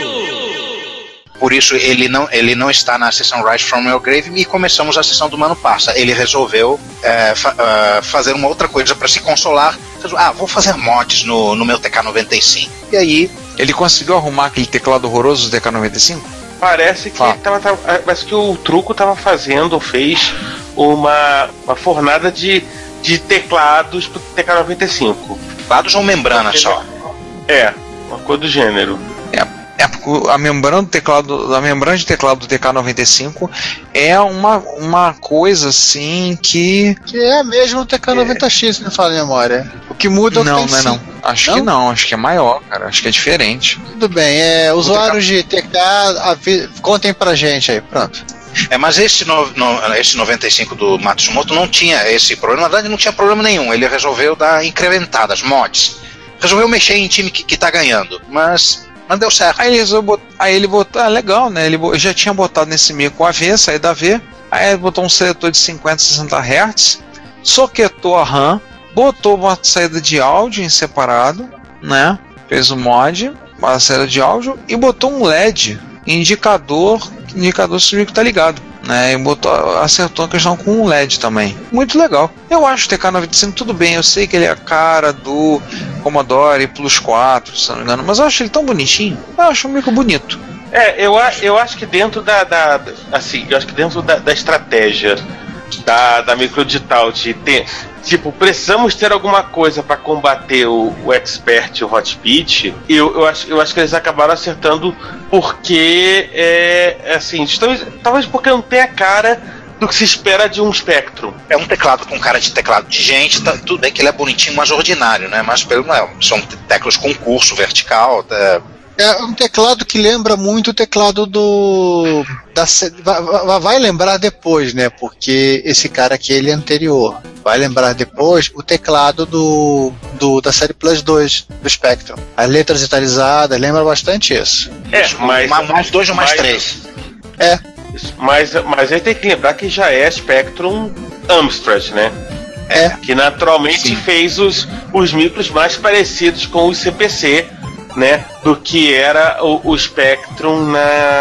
Por isso ele não está na sessão Rise from Your Grave e começamos a sessão do Mano Passa. Ele resolveu fazer uma outra coisa para se consolar. Vou fazer mods no meu TK95. E aí... Ele conseguiu arrumar aquele teclado horroroso do TK95? Parece que o Truco fez uma fornada de teclados pro TK95. Teclados ou membrana só? Uma coisa do gênero. Porque a membrana de teclado do TK95 é uma coisa assim que é a mesma do TK90X, se não fala a memória. O que muda é o que tem não. Acho que não, acho que é maior, cara. Acho que é diferente. Tudo bem, usuários de TK, contem pra gente aí, pronto. Mas esse 95 do Matsumoto não tinha esse problema, na verdade não tinha problema nenhum. Ele resolveu dar incrementadas, mods. Resolveu mexer em time que tá ganhando, mas deu certo. Aí ele botou, legal, né? Ele já tinha botado nesse mico AV, saída AV. Aí ele botou um seletor de 50, 60 Hz, soquetou a RAM, botou uma saída de áudio em separado, né? Fez o mod, uma saída de áudio e botou um LED, indicador se o mico tá ligado, né, e acertou a questão com o LED também. Muito legal. Eu acho o TK-95 tudo bem, eu sei que ele é a cara do Commodore Plus 4, se não me engano, mas eu acho ele tão bonitinho. Eu acho um micro bonito. Eu acho que dentro da estratégia da Microdigital de ter, tipo, precisamos ter alguma coisa para combater o Expert e o Hotbit, eu acho que eles acabaram acertando porque assim, talvez porque não tem a cara do que se espera de um Spectrum. É um teclado com cara de teclado de gente, tudo bem que ele é bonitinho, mas ordinário, né? Mas são teclas com curso vertical. É um teclado que lembra muito o teclado vai lembrar depois, né? Porque esse cara aqui ele é anterior. Vai lembrar depois o teclado da série Plus 2 do Spectrum. As letras italizadas, lembra bastante isso. Mais 2 ou mais 3. Mas aí tem que lembrar que já é Spectrum Amstrad, né? Que naturalmente fez os micros mais parecidos com os CPC, né, do que era o Spectrum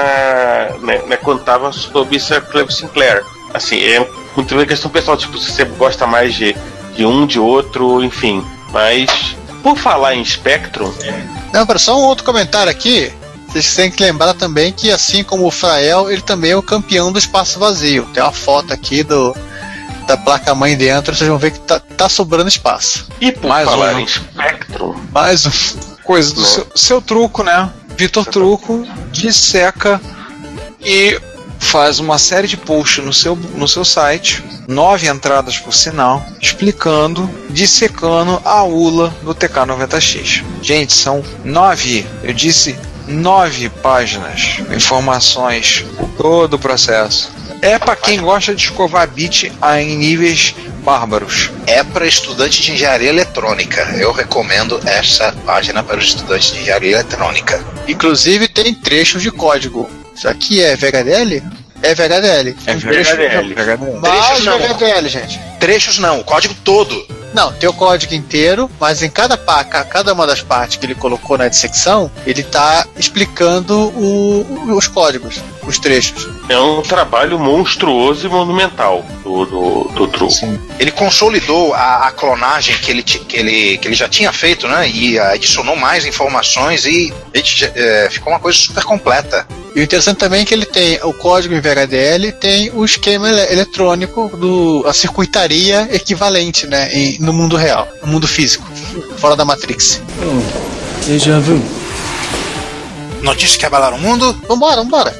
quando estava sob Sir Clive Sinclair. Assim, é muito bem questão pessoal, tipo, se você gosta mais de um, de outro, enfim. Mas, por falar em Spectrum... Não, para só um outro comentário aqui. Vocês têm que lembrar também que, assim como o Frael, ele também é o campeão do espaço vazio. Tem uma foto aqui da placa-mãe dentro, vocês vão ver que tá sobrando espaço. E por falar em Spectrum... Mais um... Coisa do seu Truco, né? Vitor Truco disseca e faz uma série de posts no seu site, 9 entradas por sinal, explicando, dissecando a ULA do TK-90X. Gente, são 9, eu disse 9 páginas, informações, todo o processo. É para quem gosta de escovar bit em níveis bárbaros. É para estudante de engenharia eletrônica. Eu recomendo essa página para os estudantes de engenharia eletrônica. Inclusive tem trechos de código. Isso aqui é VHDL? É VHDL. É VHDL. Mas não é VHDL, gente. Trechos não, o código todo. Não, tem o código inteiro, mas em cada uma das partes que ele colocou na dissecção, ele está explicando os códigos, os trechos. É um trabalho monstruoso e monumental do Truco. Sim. Ele consolidou a clonagem que ele já tinha feito, né? E adicionou mais informações e ficou uma coisa super completa. E o interessante também é que ele tem o código em VHDL, tem o esquema eletrônico, a circuitaria equivalente, né, no mundo real, no mundo físico, fora da Matrix. Déjà vu. Notícias que abalaram o mundo? Vambora.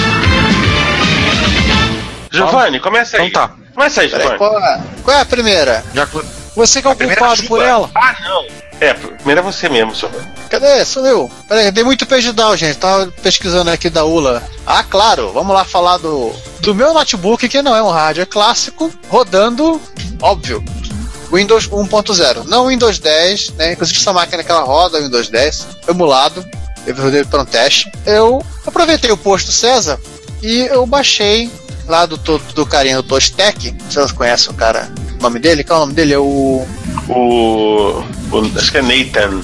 Giovanni, começa aí. Então tá. Começa aí, Giovanni. Qual é a primeira? Você que é o culpado por ela. Ah, não. Primeiro é você mesmo, Giovanni. Cadê? Sou eu. Peraí, dei muito page down, gente. Tava pesquisando aqui da ULA. Ah, claro. Vamos lá falar do meu notebook, que não é um rádio, é clássico, rodando, óbvio, Windows 1.0. Não Windows 10, né? Inclusive essa máquina que ela roda Windows 10, emulado. Eu rodei para um teste. Eu aproveitei o post do César e eu baixei lá do carinha do Tostec. Vocês conhecem o cara? O nome dele? Qual é o nome dele? Acho que é Nathan.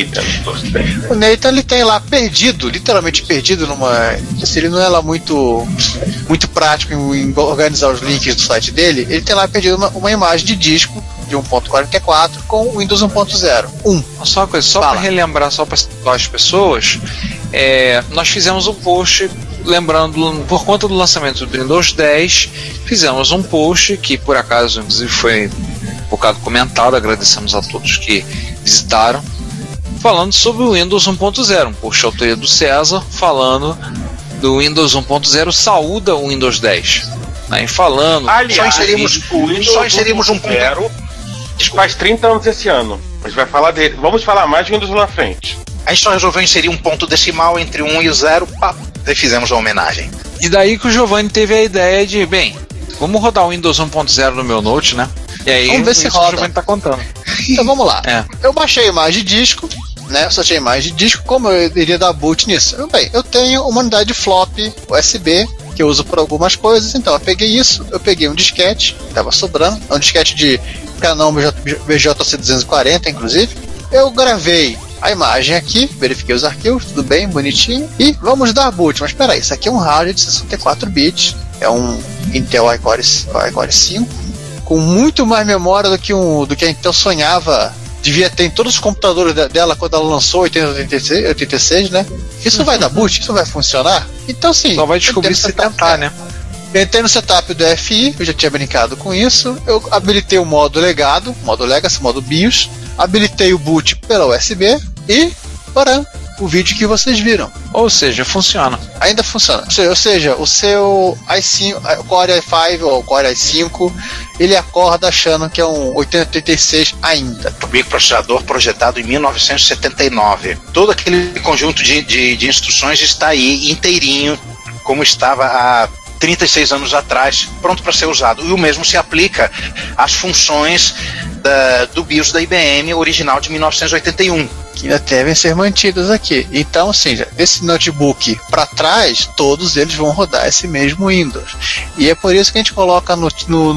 O Nathan, ele tem lá literalmente perdido ele não é lá muito prático em organizar os links do site dele. Ele tem lá perdido uma imagem de disco de 1.44 com o Windows 1.0. Só uma coisa, só para relembrar, só para situar as pessoas, nós fizemos um post lembrando, por conta do lançamento do Windows 10, fizemos um post que por acaso inclusive foi um bocado comentado, agradecemos a todos que visitaram, falando sobre o Windows 1.0, um post de autoria do César, falando do Windows 1.0, saúda o Windows 10. Né, falando... Aliás, só inserimos um ponto. Faz 30 anos esse ano. A gente vai falar dele. Vamos falar mais de Windows na frente. A gente só resolveu inserir um ponto decimal entre 1 e o 0, e fizemos a homenagem. E daí que o Giovanni teve a ideia de, vamos rodar o Windows 1.0 no meu Note, né? E aí, vamos ver se roda. O Giovanni tá contando. Então vamos lá. Eu baixei a imagem de disco, né? Só tinha imagem de disco, como eu iria dar boot nisso? Eu tenho uma unidade de flop USB que eu uso por algumas coisas, então eu peguei isso, eu peguei um disquete, tava sobrando, um disquete de Canon BJC240, inclusive. Eu gravei a imagem aqui, verifiquei os arquivos, tudo bem, bonitinho, e vamos dar boot. Mas peraí, isso aqui é um rádio de 64 bits, É um Intel iCore 5 com muito mais memória do que a Intel sonhava. Devia ter em todos os computadores dela quando ela lançou 86, né? Isso vai dar boot? Isso vai funcionar? Então sim. Só vai descobrir se tentar, né? Eu entrei no setup do FI, eu já tinha brincado com isso. Eu habilitei o modo legado, modo Legacy, modo BIOS. Habilitei o boot pela USB e param o vídeo que vocês viram. Ou seja, funciona. Ainda funciona. Ou seja, o seu i5, Core i5 ou Core i5, ele acorda achando que é um 8086 ainda. O microprocessador projetado em 1979. Todo aquele conjunto de instruções está aí inteirinho, como estava há 36 anos atrás, pronto para ser usado. E o mesmo se aplica às funções do BIOS da IBM original de 1981. Que ainda devem ser mantidos aqui. Então, assim, esse notebook para trás, todos eles vão rodar esse mesmo Windows. E é por isso que a gente coloca no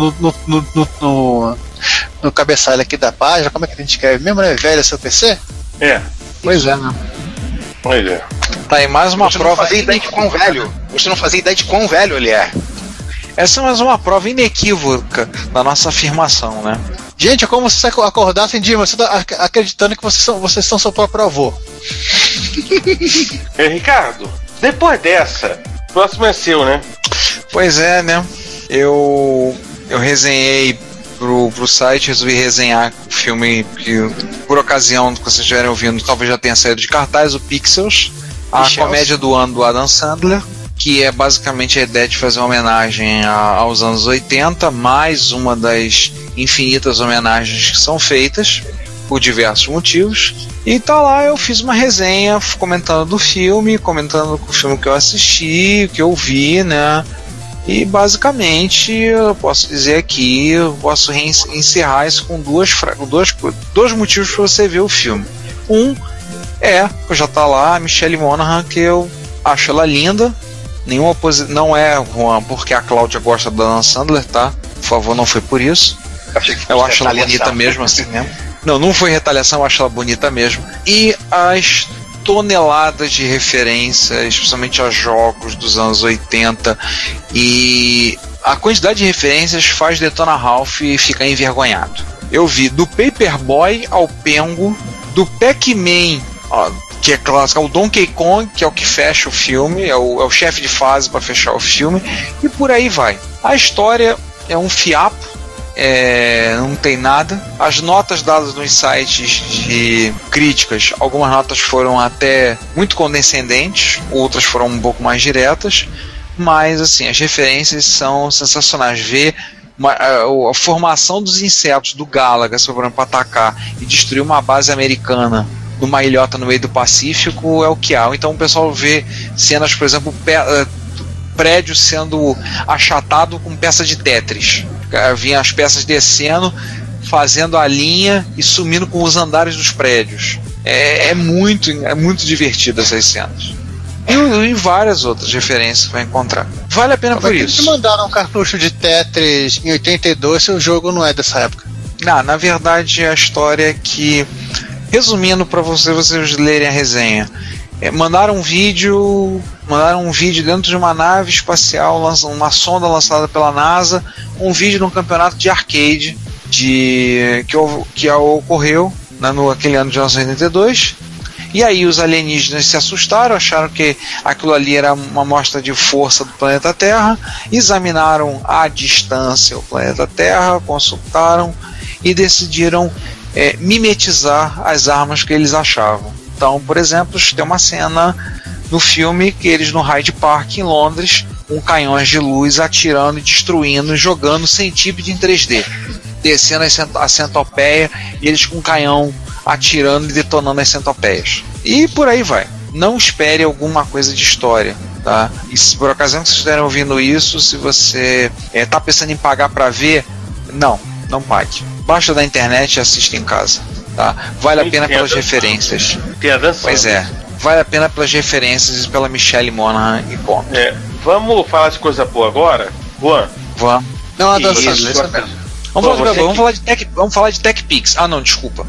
cabeçalho aqui da página, como é que a gente escreve mesmo, né? Velho seu PC? É. Pois é, né? Pois é. Tá aí mais uma prova. Não fazia ideia de quão velho. Você não fazia ideia de quão velho ele é. Essa é mais uma prova inequívoca da nossa afirmação, né? Gente, é como se você acordasse em dia, você tá acreditando que vocês são seu próprio avô. Ricardo, depois dessa, o próximo é seu, né? Pois é, né? Eu resenhei pro site, resolvi resenhar o filme que, por ocasião que vocês estiverem ouvindo, talvez já tenha saído de cartaz, o Pixels, a comédia do ano do Adam Sandler, que é basicamente a ideia de fazer uma homenagem aos anos 80, mais uma das infinitas homenagens que são feitas por diversos motivos. E tá lá, eu fiz uma resenha comentando do filme, comentando o filme que eu assisti, o que eu vi, né? E basicamente eu posso dizer aqui, eu posso encerrar isso com dois motivos para você ver o filme. Um é, já tá lá, a Michelle Monaghan, que eu acho ela linda. Nenhuma não é, Juan, porque a Cláudia gosta da Adam Sandler, tá? Por favor, não foi por isso. Eu acho ela bonita mesmo, assim mesmo. Não foi retaliação, eu acho ela bonita mesmo. E as toneladas de referências, especialmente aos jogos dos anos 80, e a quantidade de referências faz Detona Ralph ficar envergonhado. Eu vi do Paperboy ao Pengo, do Pac-Man, que é clássico, ao Donkey Kong, que é o que fecha o filme, é o chefe de fase para fechar o filme, e por aí vai. A história é um fiapo, não tem nada. As notas dadas nos sites de críticas, algumas notas foram até muito condescendentes, outras foram um pouco mais diretas, mas assim, as referências são sensacionais. Ver a formação dos insetos do Galaga, por exemplo, para atacar e destruir uma base americana numa ilhota no meio do Pacífico é o que há. Então o pessoal vê cenas, por exemplo, prédio sendo achatado com peça de Tetris. Vinha as peças descendo, fazendo a linha e sumindo com os andares dos prédios. É muito divertido essas cenas. E várias outras referências que vai encontrar. Vale a pena por isso. Eles mandaram um cartucho de Tetris em 82 se o jogo não é dessa época? Na verdade, a história é que, resumindo para vocês lerem a resenha, mandaram um vídeo dentro de uma nave espacial, uma sonda lançada pela NASA, um vídeo de um campeonato de arcade que ocorreu naquele ano de 1982. E aí os alienígenas se assustaram, acharam que aquilo ali era uma amostra de força do planeta Terra, examinaram à distância o planeta Terra, consultaram e decidiram mimetizar as armas que eles achavam. Então, por exemplo, tem uma cena no filme que eles no Hyde Park em Londres, com canhões de luz atirando e destruindo, jogando centípede em 3D, descendo a centopeia e eles com um canhão atirando e detonando as centopeias. E por aí vai. Não espere alguma coisa de história, tá? E se por ocasião que vocês estiverem ouvindo isso, se você está pensando em pagar para ver, não pague. Baixa da internet e assista em casa, tá? Vale a pena pelas referências. Pois é, vale a pena pelas referências e pela Michelle Monaghan e ponto. Vamos falar de coisa boa agora, Juan? Vamos. Não, isso mesmo. Vamos falar de TechPix. Ah, não, desculpa.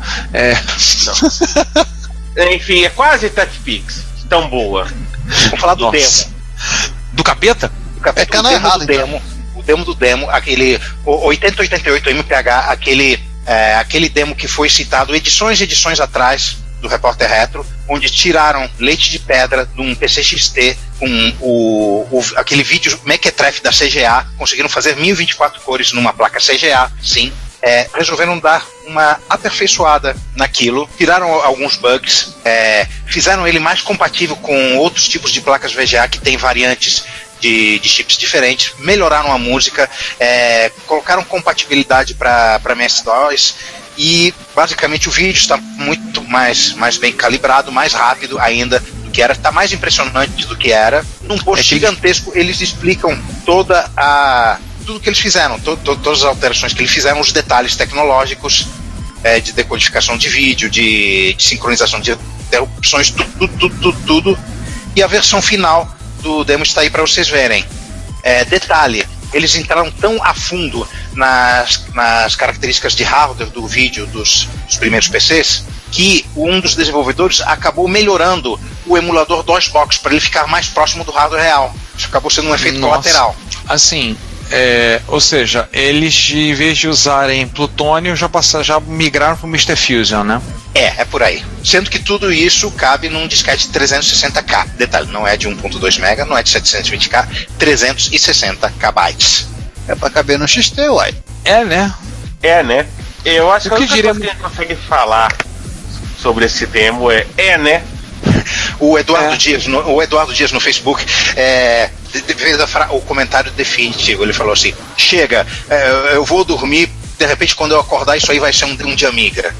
Enfim, é quase TechPix. Tão boa. Vamos falar do demo. Do capeta? capítulo o demo do demo, aquele 8088 MPH, aquele demo que foi citado edições e edições atrás do Repórter Retro, onde tiraram leite de pedra de um PC XT com aquele vídeo mequetrefe da CGA, conseguiram fazer 1024 cores numa placa CGA, sim. Resolveram dar uma aperfeiçoada naquilo, tiraram alguns bugs, fizeram ele mais compatível com outros tipos de placas VGA que tem variantes de chips diferentes, melhoraram a música, colocaram compatibilidade para MS-DOS e basicamente o vídeo está muito mais bem calibrado, mais rápido ainda do que era, está mais impressionante do que era. Num post gigantesco eles explicam tudo que eles fizeram, todas as alterações que eles fizeram, os detalhes tecnológicos, de decodificação de vídeo, de sincronização de interrupções, tudo. E a versão final do demo está aí para vocês verem. Detalhe, eles entraram tão a fundo nas características de hardware do vídeo dos primeiros PCs que um dos desenvolvedores acabou melhorando o emulador DOSBox para ele ficar mais próximo do hardware real. Isso acabou sendo um efeito colateral. Assim, ou seja, eles, em vez de usarem plutônio, já migraram para o Mr. Fusion, né? É por aí. Sendo que tudo isso cabe num disquete 360K. Detalhe, não é de 1.2 MB, não é de 720K, 360 KB. É pra caber no XT, uai. Né? Eu acho que a única coisa que a gente consegue falar sobre esse demo né? O Eduardo Dias no Facebook fez o comentário definitivo. Ele falou assim: chega, eu vou dormir, de repente quando eu acordar isso aí vai ser um de Amiga.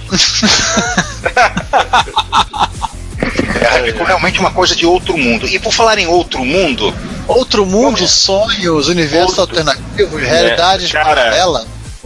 Ficou realmente uma coisa de outro mundo. E por falar em outro mundo, sonhos, universos alternativos, realidades paralelas.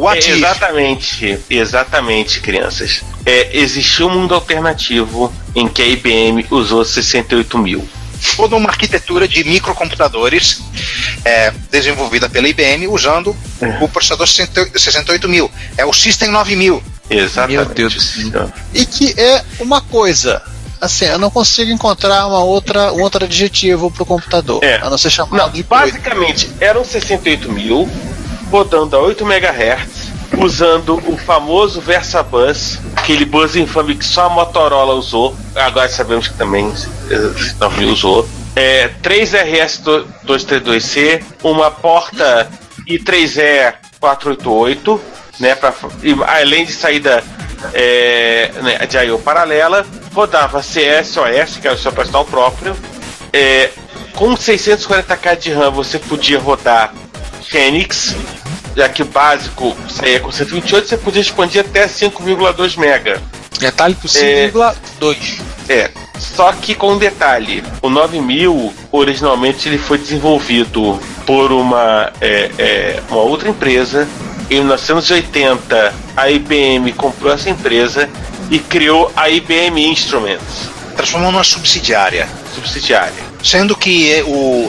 Exatamente, crianças. Existiu um mundo alternativo em que a IBM usou 68000. Toda uma arquitetura de microcomputadores desenvolvida pela IBM usando o processador 68000. É o System 9000. Exatamente. Meu Deus do céu. E que é uma coisa, assim, eu não consigo encontrar um outro adjetivo pro computador, a não ser chamado de basicamente, eram 68000 rodando a 8 MHz, usando o famoso VersaBus, aquele bus infame que só a Motorola usou, agora sabemos que também não usou. 3 RS232C, uma porta i3E 488, né, além de saída de I/O paralela, rodava CS/OS, que era o seu personal próprio. Com 640K de RAM você podia rodar Fênix, já que o básico saía com 128, você podia expandir até 5,2 MB. Detalhe por 5,2. Só que com um detalhe, o 9000 originalmente ele foi desenvolvido por uma outra empresa. Em 1980 a IBM comprou essa empresa e criou a IBM Instruments, transformou numa subsidiária. Sendo que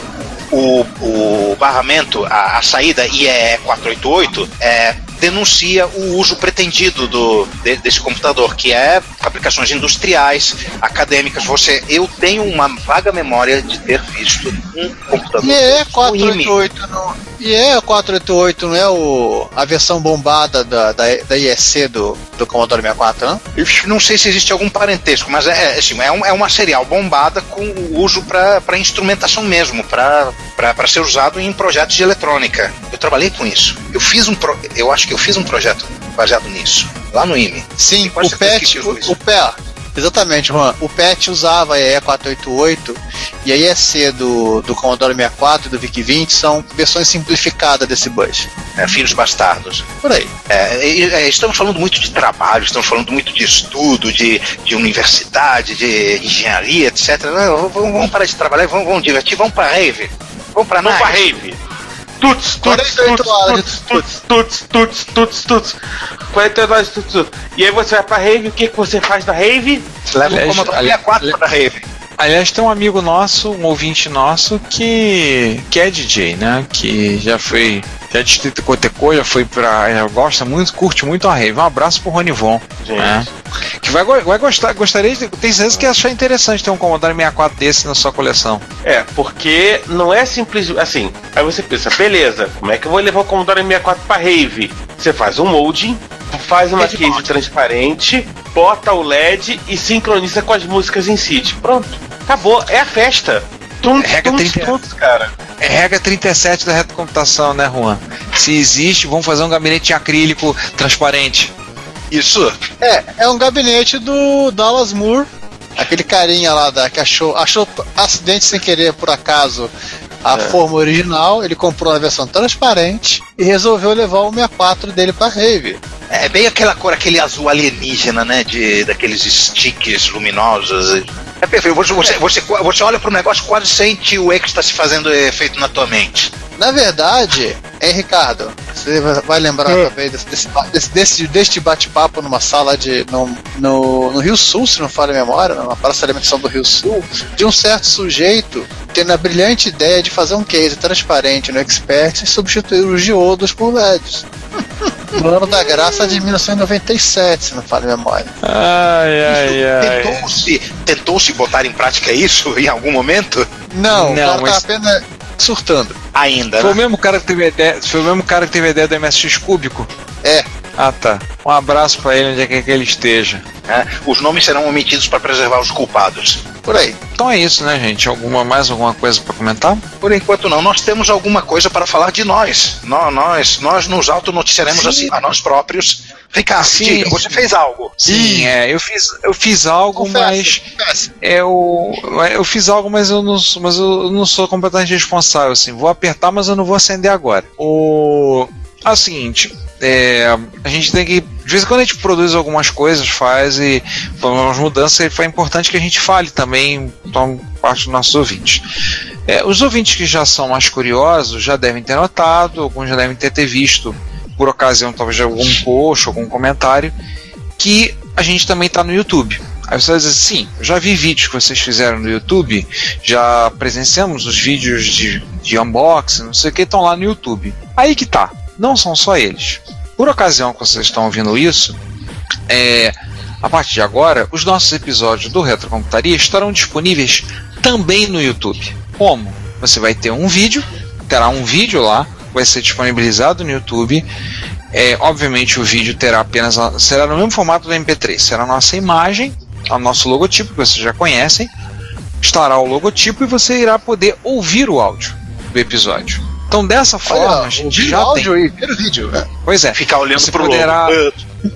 o barramento, a saída IEE 488 denuncia o uso pretendido desse computador, que é aplicações industriais, acadêmicas. Eu tenho uma vaga memória de ter visto um computador. IEE 488 não é a versão bombada da IEC do Commodore 64, não? Não sei se existe algum parentesco, mas é uma serial bombada com uso para instrumentação mesmo, para ser usado em projetos de eletrônica. Eu trabalhei com isso. Eu acho que eu fiz um projeto baseado nisso, lá no IME. Sim, o PET, exatamente, Juan. O PET usava a IE 488 e a IEC do Commodore 64 e do VIC-20 são versões simplificadas desse bus. Filhos bastardos. Por aí. Estamos falando muito de trabalho, estamos falando muito de estudo, de universidade, de engenharia, etc. Vamos parar de trabalhar e vamos divertir, vamos para rave. Vamos para rave. Tuts. 48 horas de tuts. E aí você vai pra rave, o que você faz na rave? Você leva o Commodore 64 pra rave. Aliás, tem um amigo nosso, um ouvinte nosso, que é DJ, né? Que já discotecou, já foi gosta muito, curte muito a rave. Um abraço pro Ronivon. Né? Que vai gostar, gostaria de. Tem certeza que ia achar interessante ter um Commodore 64 desse na sua coleção. Porque não é simples assim. Aí você pensa, beleza, como é que eu vou levar o Commodore 64 pra Rave? Você faz um molding, faz uma case transparente, bota o LED e sincroniza com as músicas em SID. Pronto, acabou, é a festa. Cara. É regra 37 da retrocomputação, né, Juan? Se existe, vamos fazer um gabinete acrílico transparente. Isso. É um gabinete do Dallas Moore, aquele carinha lá que achou acidente sem querer, por acaso, a forma original. Ele comprou na versão transparente e resolveu levar o 64 dele pra Rave. É bem aquela cor, aquele azul alienígena, né? Daqueles sticks luminosos. É perfeito. Você olha pro negócio e quase sente o êxtase fazendo efeito na tua mente. Na verdade, Ricardo, você vai lembrar talvez deste bate-papo numa sala no Rio Sul, se não falha a memória, numa praça de alimentação do Rio Sul, de um certo sujeito tendo a brilhante ideia de fazer um case transparente no Expert e substituir os diodos por LEDs. No ano da graça de 1997, se não falha a memória. Tentou-se botar em prática isso em algum momento? Não, o cara tá apenas surtando. Ainda, Foi o mesmo cara que teve a ideia do MSX cúbico? Ah, tá. Um abraço pra ele, onde é que ele esteja. Os nomes serão omitidos para preservar os culpados. Por aí. Então é isso, né, gente? Mais alguma coisa pra comentar? Por enquanto não. Nós temos alguma coisa para falar de nós. Nós nos autonoticiaremos assim a nós próprios. Ricardo, diga, você fez algo. Sim, eu fiz algo, Confesse. eu fiz algo, mas eu não sou completamente responsável, assim. Vou apertar, mas eu não vou acender agora. É o seguinte, a gente tem que, de vez em quando a gente produz algumas coisas, faz e umas mudanças, e foi importante que a gente fale também, então, parte dos nossos ouvintes. Os ouvintes que já são mais curiosos já devem ter notado, alguns já devem ter visto, por ocasião talvez de algum post, algum comentário, que a gente também está no YouTube. Aí você vai dizer assim, eu já vi vídeos que vocês fizeram no YouTube, já presenciamos os vídeos de unboxing, não sei o que, estão lá no YouTube. Aí que tá, não são só eles. Por ocasião que vocês estão ouvindo isso, a partir de agora, os nossos episódios do Retrocomputaria estarão disponíveis também no YouTube. Como? Você vai ter terá um vídeo lá, vai ser disponibilizado no YouTube. Obviamente o vídeo será no mesmo formato do MP3, será a nossa imagem, o nosso logotipo, que vocês já conhecem, estará o logotipo e você irá poder ouvir o áudio do episódio. Então dessa forma a gente já tem áudio e ver o vídeo. Pois é, ficar olhando você pro poderá... logo.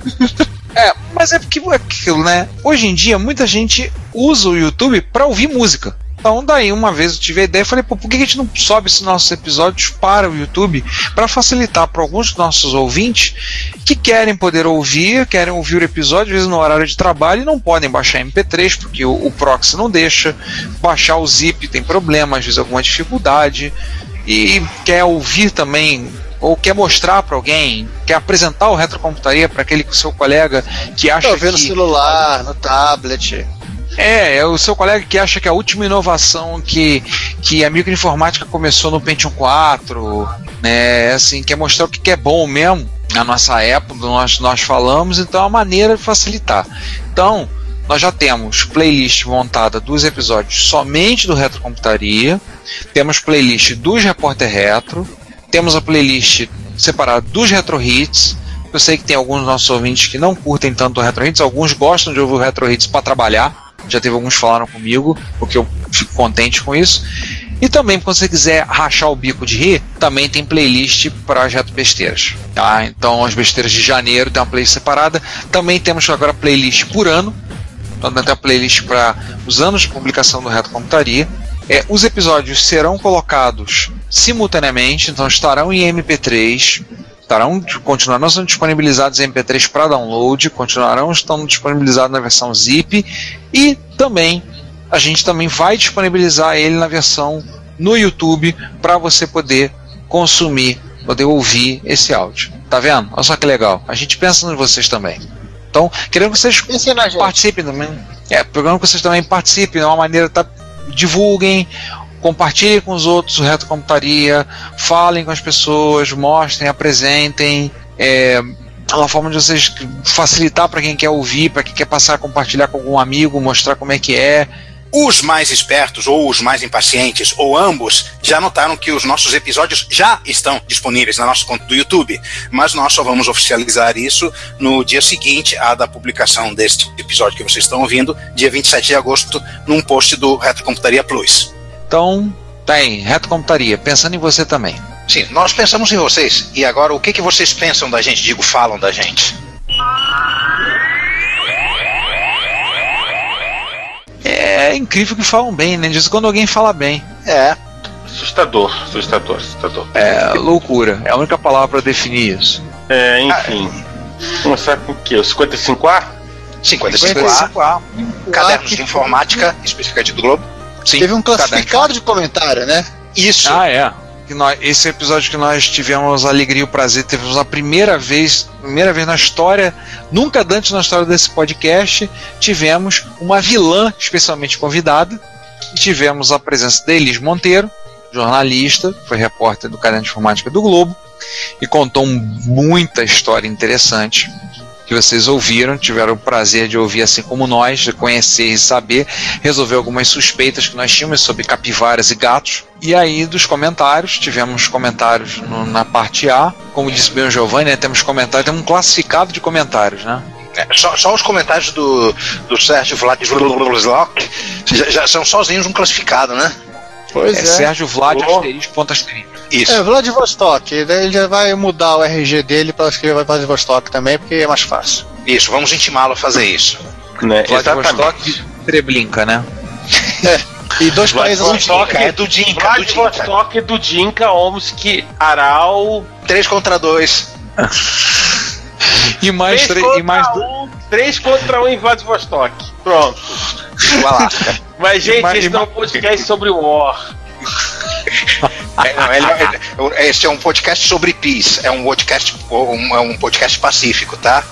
Mas é porque é aquilo, né? Hoje em dia muita gente usa o YouTube para ouvir música. Então daí uma vez eu tive a ideia e falei, por que a gente não sobe esses nossos episódios para o YouTube para facilitar para alguns dos nossos ouvintes que querem ouvir o episódio, às vezes no horário de trabalho, e não podem baixar MP3 porque o proxy não deixa, baixar o zip tem problema, às vezes alguma dificuldade, e quer ouvir também, ou quer mostrar para alguém, quer apresentar o Retrocomputaria para aquele seu colega que acha no celular, no tablet. É o seu colega que acha que a última inovação que a microinformática começou no Pentium 4, né, assim, quer mostrar o que é bom mesmo. Na nossa época, nós falamos, então é uma maneira de facilitar. Então, nós já temos playlist montada dos episódios somente do Retrocomputaria, temos playlist dos Repórter Retro, temos a playlist separada dos Retro Hits. Eu sei que tem alguns dos nossos ouvintes que não curtem tanto o Retro Hits, alguns gostam de ouvir o Retro Hits para trabalhar. Já teve alguns que falaram comigo, porque eu fico contente com isso. E também, quando você quiser rachar o bico de rir, também tem playlist para as Retro Besteiras. Tá? Então, as besteiras de janeiro tem uma playlist separada. Também temos agora playlist por ano. Então, tem a playlist para os anos de publicação do Retrocomputaria. Os episódios serão colocados simultaneamente, então estarão em MP3. Continuarão sendo disponibilizados em MP3 para download, continuarão estando disponibilizados na versão zip, e também a gente também vai disponibilizar ele na versão no YouTube para você poder consumir, poder ouvir esse áudio. Tá vendo? Olha só que legal. A gente pensa em vocês também. Então, querendo que vocês participem também. Procurando que vocês também participem de uma maneira, divulguem, compartilhem com os outros o Retrocomputaria, falem com as pessoas, mostrem, apresentem, uma forma de vocês facilitar para quem quer ouvir, para quem quer passar a compartilhar com algum amigo, mostrar como é que é. Os mais espertos ou os mais impacientes, ou ambos, já notaram que os nossos episódios já estão disponíveis na nossa conta do YouTube, mas nós só vamos oficializar isso no dia seguinte à da publicação deste episódio que vocês estão ouvindo, dia 27 de agosto, num post do Retrocomputaria Plus. Então, tá aí, Retrocomputaria, pensando em você também. Sim, nós pensamos em vocês. E agora, o que vocês pensam da gente? Digo, falam da gente. É incrível que falam bem, né? Diz quando alguém fala bem. É. Assustador. É loucura. É a única palavra para definir isso. Enfim. Começar com o quê? O 55A? 55A. Cadernos de Informática, especificamente do Globo. Sim. Teve um classificado de comentário, né? Isso. É. Esse episódio que nós tivemos a alegria e o prazer, tivemos a primeira vez na história, nunca antes na história desse podcast, tivemos uma vilã especialmente convidada, e tivemos a presença da Elis Monteiro, jornalista, foi repórter do Caderno de Informática do Globo, e contou muita história interessante, que vocês ouviram, tiveram o prazer de ouvir assim como nós, de conhecer e saber, resolver algumas suspeitas que nós tínhamos sobre capivaras e gatos. E aí dos comentários, tivemos comentários na parte A, como disse bem o Giovanni, né, temos um classificado de comentários, né? Só os comentários do Sérgio Vladivostok já são sozinhos um classificado, né? Pois é. Sérgio Vlad, asterisco, ponto asterisco. Isso. Vladivostok, daí ele já vai mudar o RG dele para escrever Vladivostok também, porque é mais fácil. Isso, vamos intimá-lo a fazer isso. Né? Vladivostok Treblinka, né? E dois países é do Dinka. Vladivostok, do Dinka, Omsk, Aral. 3 contra 2. E mais 3 contra 1 em Vladivostok. Pronto. O Alasca. Mas, gente, esse não é um podcast sobre War. Esse é um podcast sobre peace. É um podcast pacífico, tá?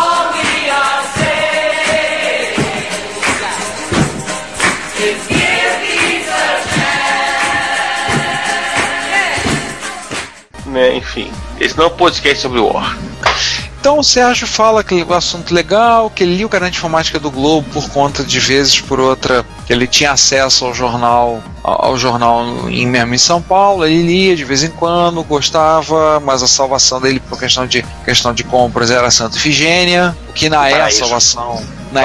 Né, enfim, esse não é um podcast sobre War. Então o Sérgio fala que o assunto legal, que ele lia o Caderno de Informática do Globo por conta de vezes por outra, que ele tinha acesso ao jornal mesmo em São Paulo, ele lia de vez em quando, gostava, mas a salvação dele por questão de compras era Santa Efigênia, o que não é a salvação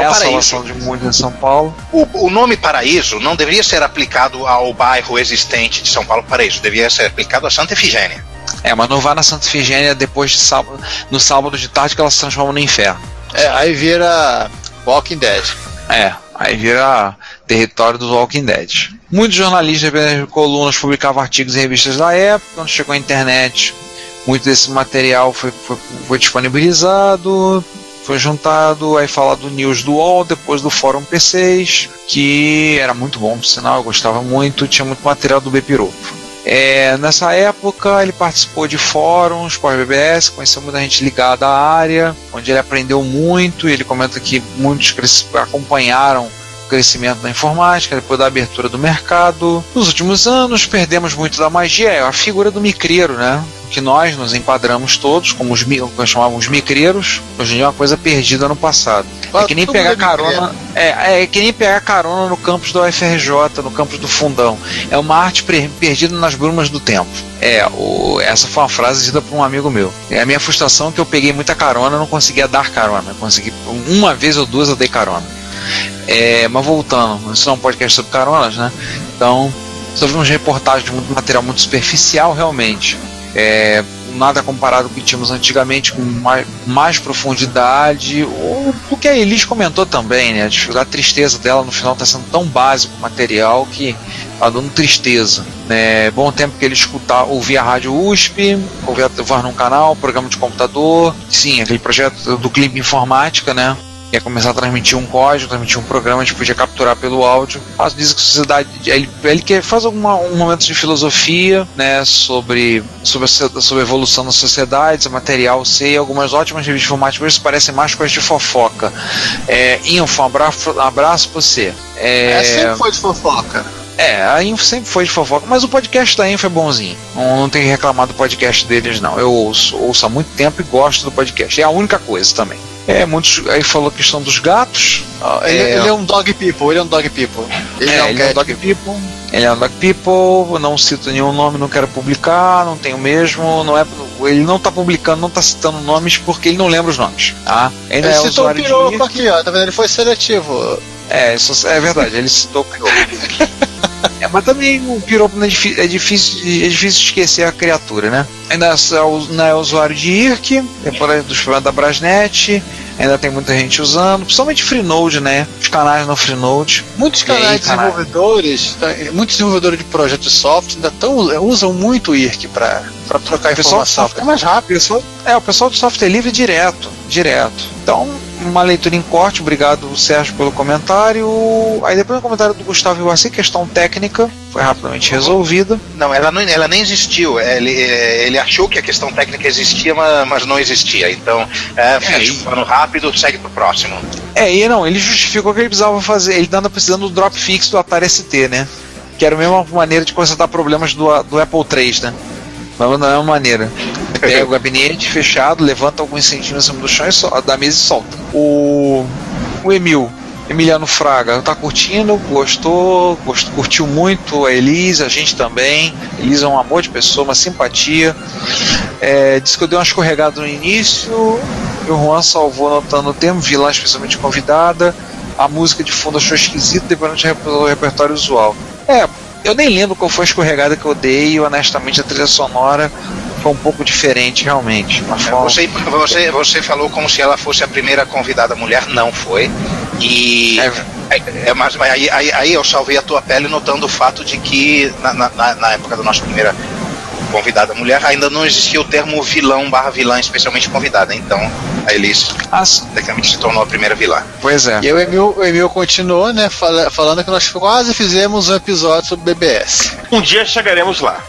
de muitos em São Paulo. O nome Paraíso não deveria ser aplicado ao bairro existente de São Paulo Paraíso, deveria ser aplicado a Santa Efigênia. Mas não vá na Santa Efigênia depois de sábado, no sábado de tarde, que ela se transforma no inferno. Aí vira Walking Dead. Aí vira território dos Walking Dead. Muitos jornalistas de colunas publicavam artigos em revistas da época. Quando chegou a internet, muito desse material foi disponibilizado, foi juntado. Aí fala do News do UOL, depois do Fórum P6, que era muito bom, por sinal, eu gostava muito, tinha muito material do Bepiroto. Nessa época ele participou de fóruns pós-BBS, conheceu muita gente ligada à área, onde ele aprendeu muito, e ele comenta que muitos acompanharam o crescimento da informática depois da abertura do mercado. Nos últimos anos perdemos muito da magia, a figura do micreiro, né? Que nós nos enquadramos todos como os que nós chamávamos micreiros, hoje em dia é uma coisa perdida no passado. É que nem pegar carona, que nem pegar carona no campus da UFRJ, no campus do Fundão. É uma arte perdida nas brumas do tempo. Essa foi uma frase dita por um amigo meu. A minha frustração é que eu peguei muita carona, não conseguia dar carona. Uma vez ou duas eu dei carona. Mas voltando, isso não é um podcast sobre caronas, né? Então, só vimos reportagens de muito material muito superficial, realmente. Nada comparado com o que tínhamos antigamente, com mais profundidade. O que a Elis comentou também, né? A tristeza dela no final está sendo tão básico o material que está dando tristeza. Bom tempo que ele ouvia a rádio USP, ouvia num canal, programa de computador, sim, aquele projeto do Clipe Informática, né? Quer começar a transmitir um código, transmitir um programa, a gente podia capturar pelo áudio. Diz que a sociedade, ele quer fazer um momento de filosofia, né, sobre a evolução da sociedade, material C, e algumas ótimas revistas informáticas hoje parecem mais coisas de fofoca. Info, um abraço pra você. Sempre foi de fofoca. A Info sempre foi de fofoca, mas o podcast da Info é bonzinho. Não tenho reclamado do podcast deles, não. Eu ouço há muito tempo e gosto do podcast. É a única coisa também. Aí falou a questão dos gatos. Ele é um dog people, ele é um dog people. Ele é um dog people. Ele é um dog people, não cito nenhum nome, não quero publicar, não tenho mesmo, ele não está publicando, não está citando nomes porque ele não lembra os nomes, tá? Ele citou o piroco aqui, ó, tá vendo? Ele foi seletivo. Isso é verdade, ele citou o piroco. Mas também o piropo é difícil esquecer a criatura, né? Ainda é usuário de IRC, depois dos problemas da Brasnet, ainda tem muita gente usando, principalmente Freenode, né? Os canais no Freenode. Muitos canais desenvolvedores, muitos desenvolvedores de projetos de software ainda usam muito o IRC para trocar informação. É mais rápido. O pessoal do software livre direto. Então, uma leitura em corte, obrigado Sérgio pelo comentário. Aí depois o comentário do Gustavo Iwassi, questão técnica, foi rapidamente resolvida. Não, ela nem existiu. Ele achou que a questão técnica existia, mas não existia. Então, fecha o pano rápido, segue pro próximo. Ele justificou que ele precisava fazer, ele estava precisando do drop fix do Atari ST, né? Que era a mesma maneira de consertar problemas do Apple III, né? Mas da mesma maneira. Pega o gabinete fechado, levanta alguns centímetros acima do chão da mesa e solta. O Emiliano Fraga tá curtindo, curtiu muito, a Elisa, a gente também. Elisa é um amor de pessoa, uma simpatia. Disse que eu dei uma escorregada no início e o Juan salvou anotando o termo, vilã especialmente convidada. A música de fundo achou esquisita, depois do repertório usual. Eu nem lembro qual foi a escorregada que eu dei e honestamente a trilha sonora foi um pouco diferente realmente. Você falou como se ela fosse a primeira convidada mulher, não foi. E mas aí eu salvei a tua pele notando o fato de que na época da nossa primeira convidada mulher ainda não existia o termo vilão/vilã especialmente convidada. Então a Elise tecnicamente se tornou a primeira vilã. Pois é. E o Emil continuou, né, falando que nós quase fizemos um episódio sobre BBS. Um dia chegaremos lá.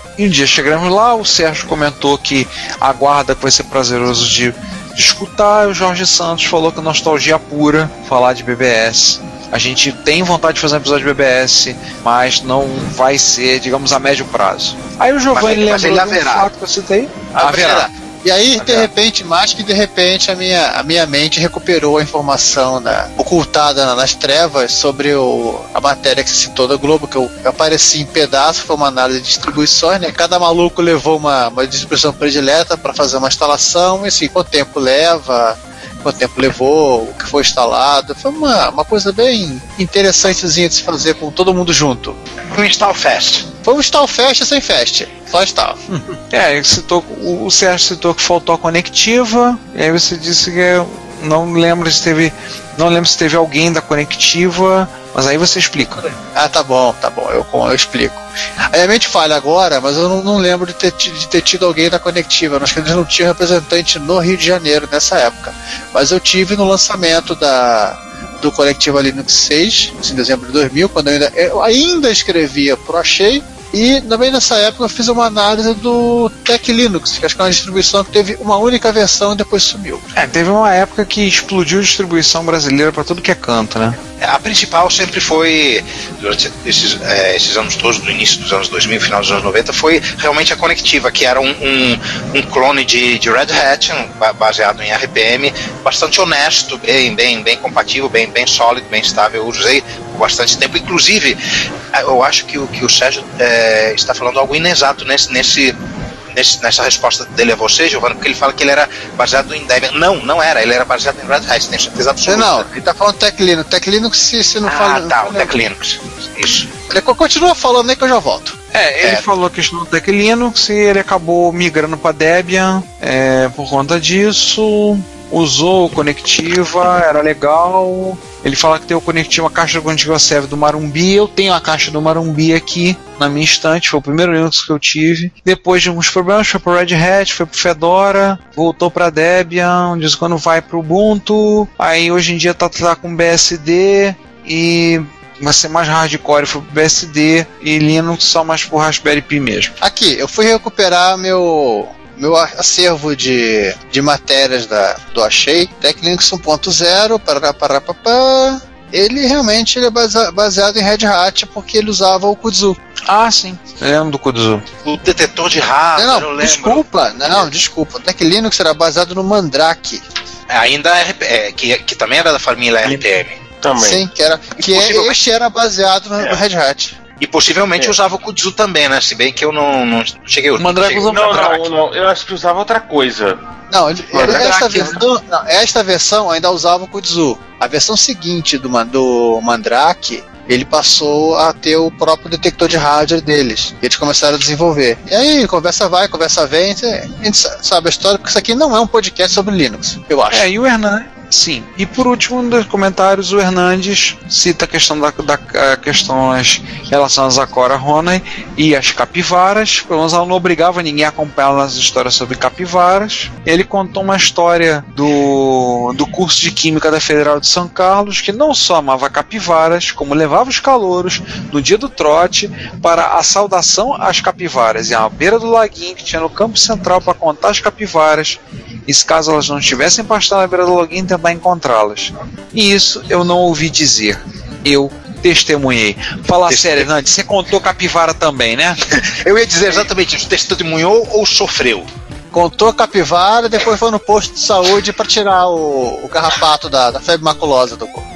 O Sérgio comentou que aguarda que vai ser prazeroso de escutar. O Jorge Santos falou que nostalgia pura falar de BBS. A gente tem vontade de fazer um episódio de BBS, mas não vai ser, digamos, a médio prazo. Aí o Giovanni lembrou do fato que eu citei. Haverá. E aí, de repente, a minha mente recuperou a informação ocultada nas trevas sobre a matéria que se citou da Globo, que eu apareci em pedaços, foi uma análise de distribuições, né? Cada maluco levou uma distribuição predileta para fazer uma instalação, e assim, quanto tempo levou, o que foi instalado. Foi uma coisa bem interessantezinha de se fazer com todo mundo junto. Um Install Fest. Foi um Install Fest sem fest. Só install. O Sérgio citou que faltou a conectiva, e aí você disse que não lembro se teve alguém da conectiva, mas aí você explica. Tá bom, eu explico. Aí a mente falha agora, mas eu não lembro de ter tido alguém da conectiva. Nós que eles não tinham representante no Rio de Janeiro nessa época, mas eu tive no lançamento do Conectiva Linux 6, em dezembro de 2000, quando eu ainda escrevia pro Achei. E também nessa época eu fiz uma análise do Tech Linux, que acho que é uma distribuição que teve uma única versão e depois sumiu. Teve uma época que explodiu a distribuição brasileira para tudo que é canto, né? A principal sempre foi, durante esses anos todos, do início dos anos 2000, final dos anos 90, foi realmente a Conectiva, que era um clone de Red Hat, baseado em RPM, bastante honesto, bem compatível, bem sólido, bem estável. Eu usei por bastante tempo. Inclusive, eu acho que o Sérgio está falando algo inexato nessa resposta dele a você, Giovanni, porque ele fala que ele era baseado em Debian. Não era, ele era baseado em Red Hat, tem certeza absoluta. Não, ele está falando Tech Linux. Tech Linux, se não fala... o Tech Linux, isso. Ele continua falando aí que eu já volto. Ele falou que estudou Tech Linux e ele acabou migrando para Debian por conta disso. Usou o Conectiva, era legal. Ele fala que tem o Conectiva, a caixa do Conectiva serve do Marumbi. Eu tenho a caixa do Marumbi aqui na minha estante, foi o primeiro Linux que eu tive. Depois de alguns problemas, foi pro Red Hat, foi pro Fedora, voltou pra Debian, diz quando vai pro Ubuntu. Aí hoje em dia tá com BSD e vai ser mais hardcore, foi pro BSD e Linux só mais pro Raspberry Pi mesmo. Aqui, eu fui recuperar meu acervo de matérias do Achei, Tech Linux 1.0, ele realmente é baseado em Red Hat porque ele usava o Kudzu. Ah, sim. Eu lembro do Kudzu. O detetor de hardware, eu lembro. Desculpa. Até que Linux era baseado no Mandrake. Ainda que também era da família RPM. Também. Sim, este era baseado no Red Hat. E possivelmente usava o Kudzu também, né? Se bem que eu não cheguei... O Mandrake usava Não, eu acho que usava outra coisa. Não, esta versão ainda usava o Kudzu. A versão seguinte do Mandrake, ele passou a ter o próprio detector de hardware deles. Eles começaram a desenvolver. E aí, conversa vai, conversa vem. A gente sabe a história, porque isso aqui não é um podcast sobre Linux, eu acho. E o Hernandes... Sim. E por último, nos comentários, o Hernandes cita a questão questões relacionadas a Cora Honey e as capivaras. Pelo menos ela não obrigava ninguém a acompanhar nas histórias sobre capivaras. Ele contou uma história do curso de Química da Federal de São Carlos, que não só amava capivaras, como levava os calouros no dia do trote para a saudação às capivaras. E à beira do laguinho que tinha no campo central para contar as capivaras. E se caso elas não estivessem pastando na beira do laguinho, tentar encontrá-las. E isso eu não ouvi dizer. Eu testemunhei. Fala sério, Hernandes, você contou capivara também, né? Eu ia dizer exatamente isso. Testemunhou ou sofreu? Contou capivara e depois foi no posto de saúde para tirar o carrapato da febre maculosa do corpo.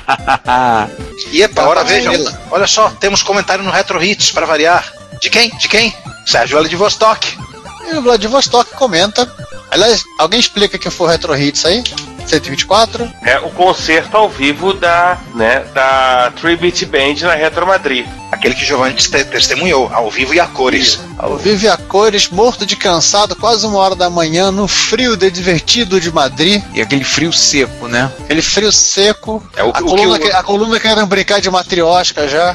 E ora vejam, olha só, temos comentário no Retro Hits para variar. De quem? Sérgio Vladivostok. E o Vladivostok comenta. Aliás, alguém explica que foi o Retro Hits aí? 124? É o concerto ao vivo da 3-Bit Band na Retro Madrid. Aquele que Giovanni testemunhou, ao vivo e a cores. Ao vivo e a cores, morto de cansado, quase 1h da manhã, no frio de divertido de Madrid. E aquele frio seco, né? Aquele frio seco. A coluna querendo brincar de matriosca já.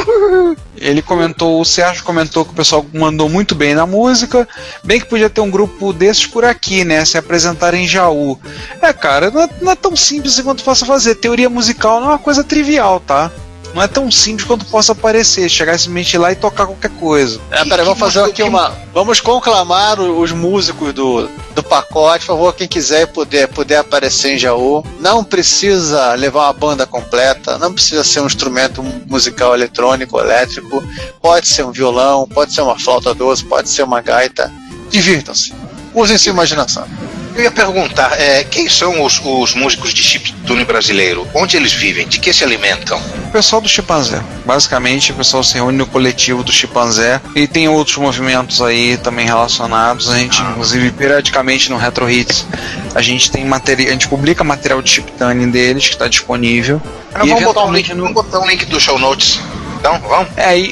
O Sérgio comentou que o pessoal mandou muito bem na música. Bem que podia ter um grupo desses por aqui, né? Se apresentar em Jaú. Cara, não é tão simples quanto possa fazer. Teoria musical não é uma coisa trivial, tá? Não é tão simples quanto possa parecer. Chegar simplesmente lá e tocar qualquer coisa. Peraí, vamos fazer aqui vamos conclamar os músicos do pacote, por favor, quem quiser poder aparecer em Jaú. Não precisa levar uma banda completa, não precisa ser um instrumento musical eletrônico, elétrico. Pode ser um violão, pode ser uma flauta doce, pode ser uma gaita. Divirtam-se. Usem sua imaginação. Eu ia perguntar, quem são os músicos de chiptune brasileiro? Onde eles vivem? De que se alimentam? O pessoal do Chimpanzé. Basicamente, o pessoal se reúne no coletivo do Chimpanzé. E tem outros movimentos aí também relacionados. A gente, inclusive, periodicamente no Retro Hits, a gente publica material de chiptune deles, que está disponível. Vamos botar um link do show notes. Então, vamos?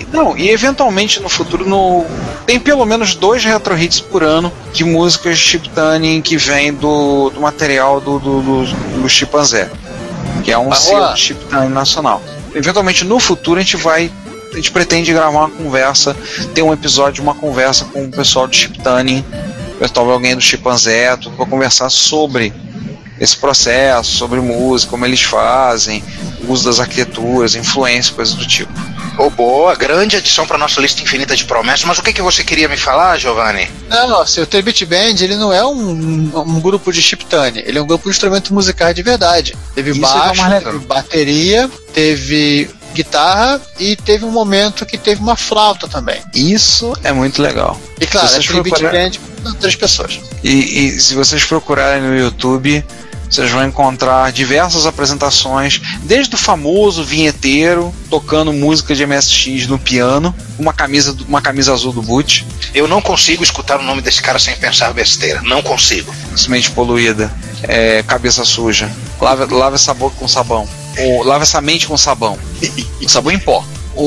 E eventualmente no futuro tem pelo menos 2 Retro Hits por ano de músicas de chiptune que vem do material do Chimpanzé, que é um selo de chiptune nacional. Eventualmente no futuro a gente pretende gravar uma conversa, ter um episódio, uma conversa com o pessoal de chiptune, alguém do Chimpanzé, tudo para conversar sobre esse processo, sobre música, como eles fazem, o uso das arquiteturas, influência, coisas do tipo. Boa, grande adição para nossa lista infinita de promessas. Mas o que você queria me falar, Giovanni? Não, o 3-Bit Band, ele não é um grupo de chiptune, ele é um grupo de instrumentos musicais de verdade. Teve baixo, teve bateria, teve guitarra e teve um momento que teve uma flauta também. Isso é muito legal. E claro, é 3-Bit Band, 3 pessoas. E se vocês procurarem no YouTube, vocês vão encontrar diversas apresentações, desde o famoso vinheteiro tocando música de MSX no piano, uma camisa azul do Butch. Eu não consigo escutar o nome desse cara sem pensar besteira. Não consigo. Mente poluída, cabeça suja, lava essa boca com sabão, ou lava essa mente com sabão, sabão em pó.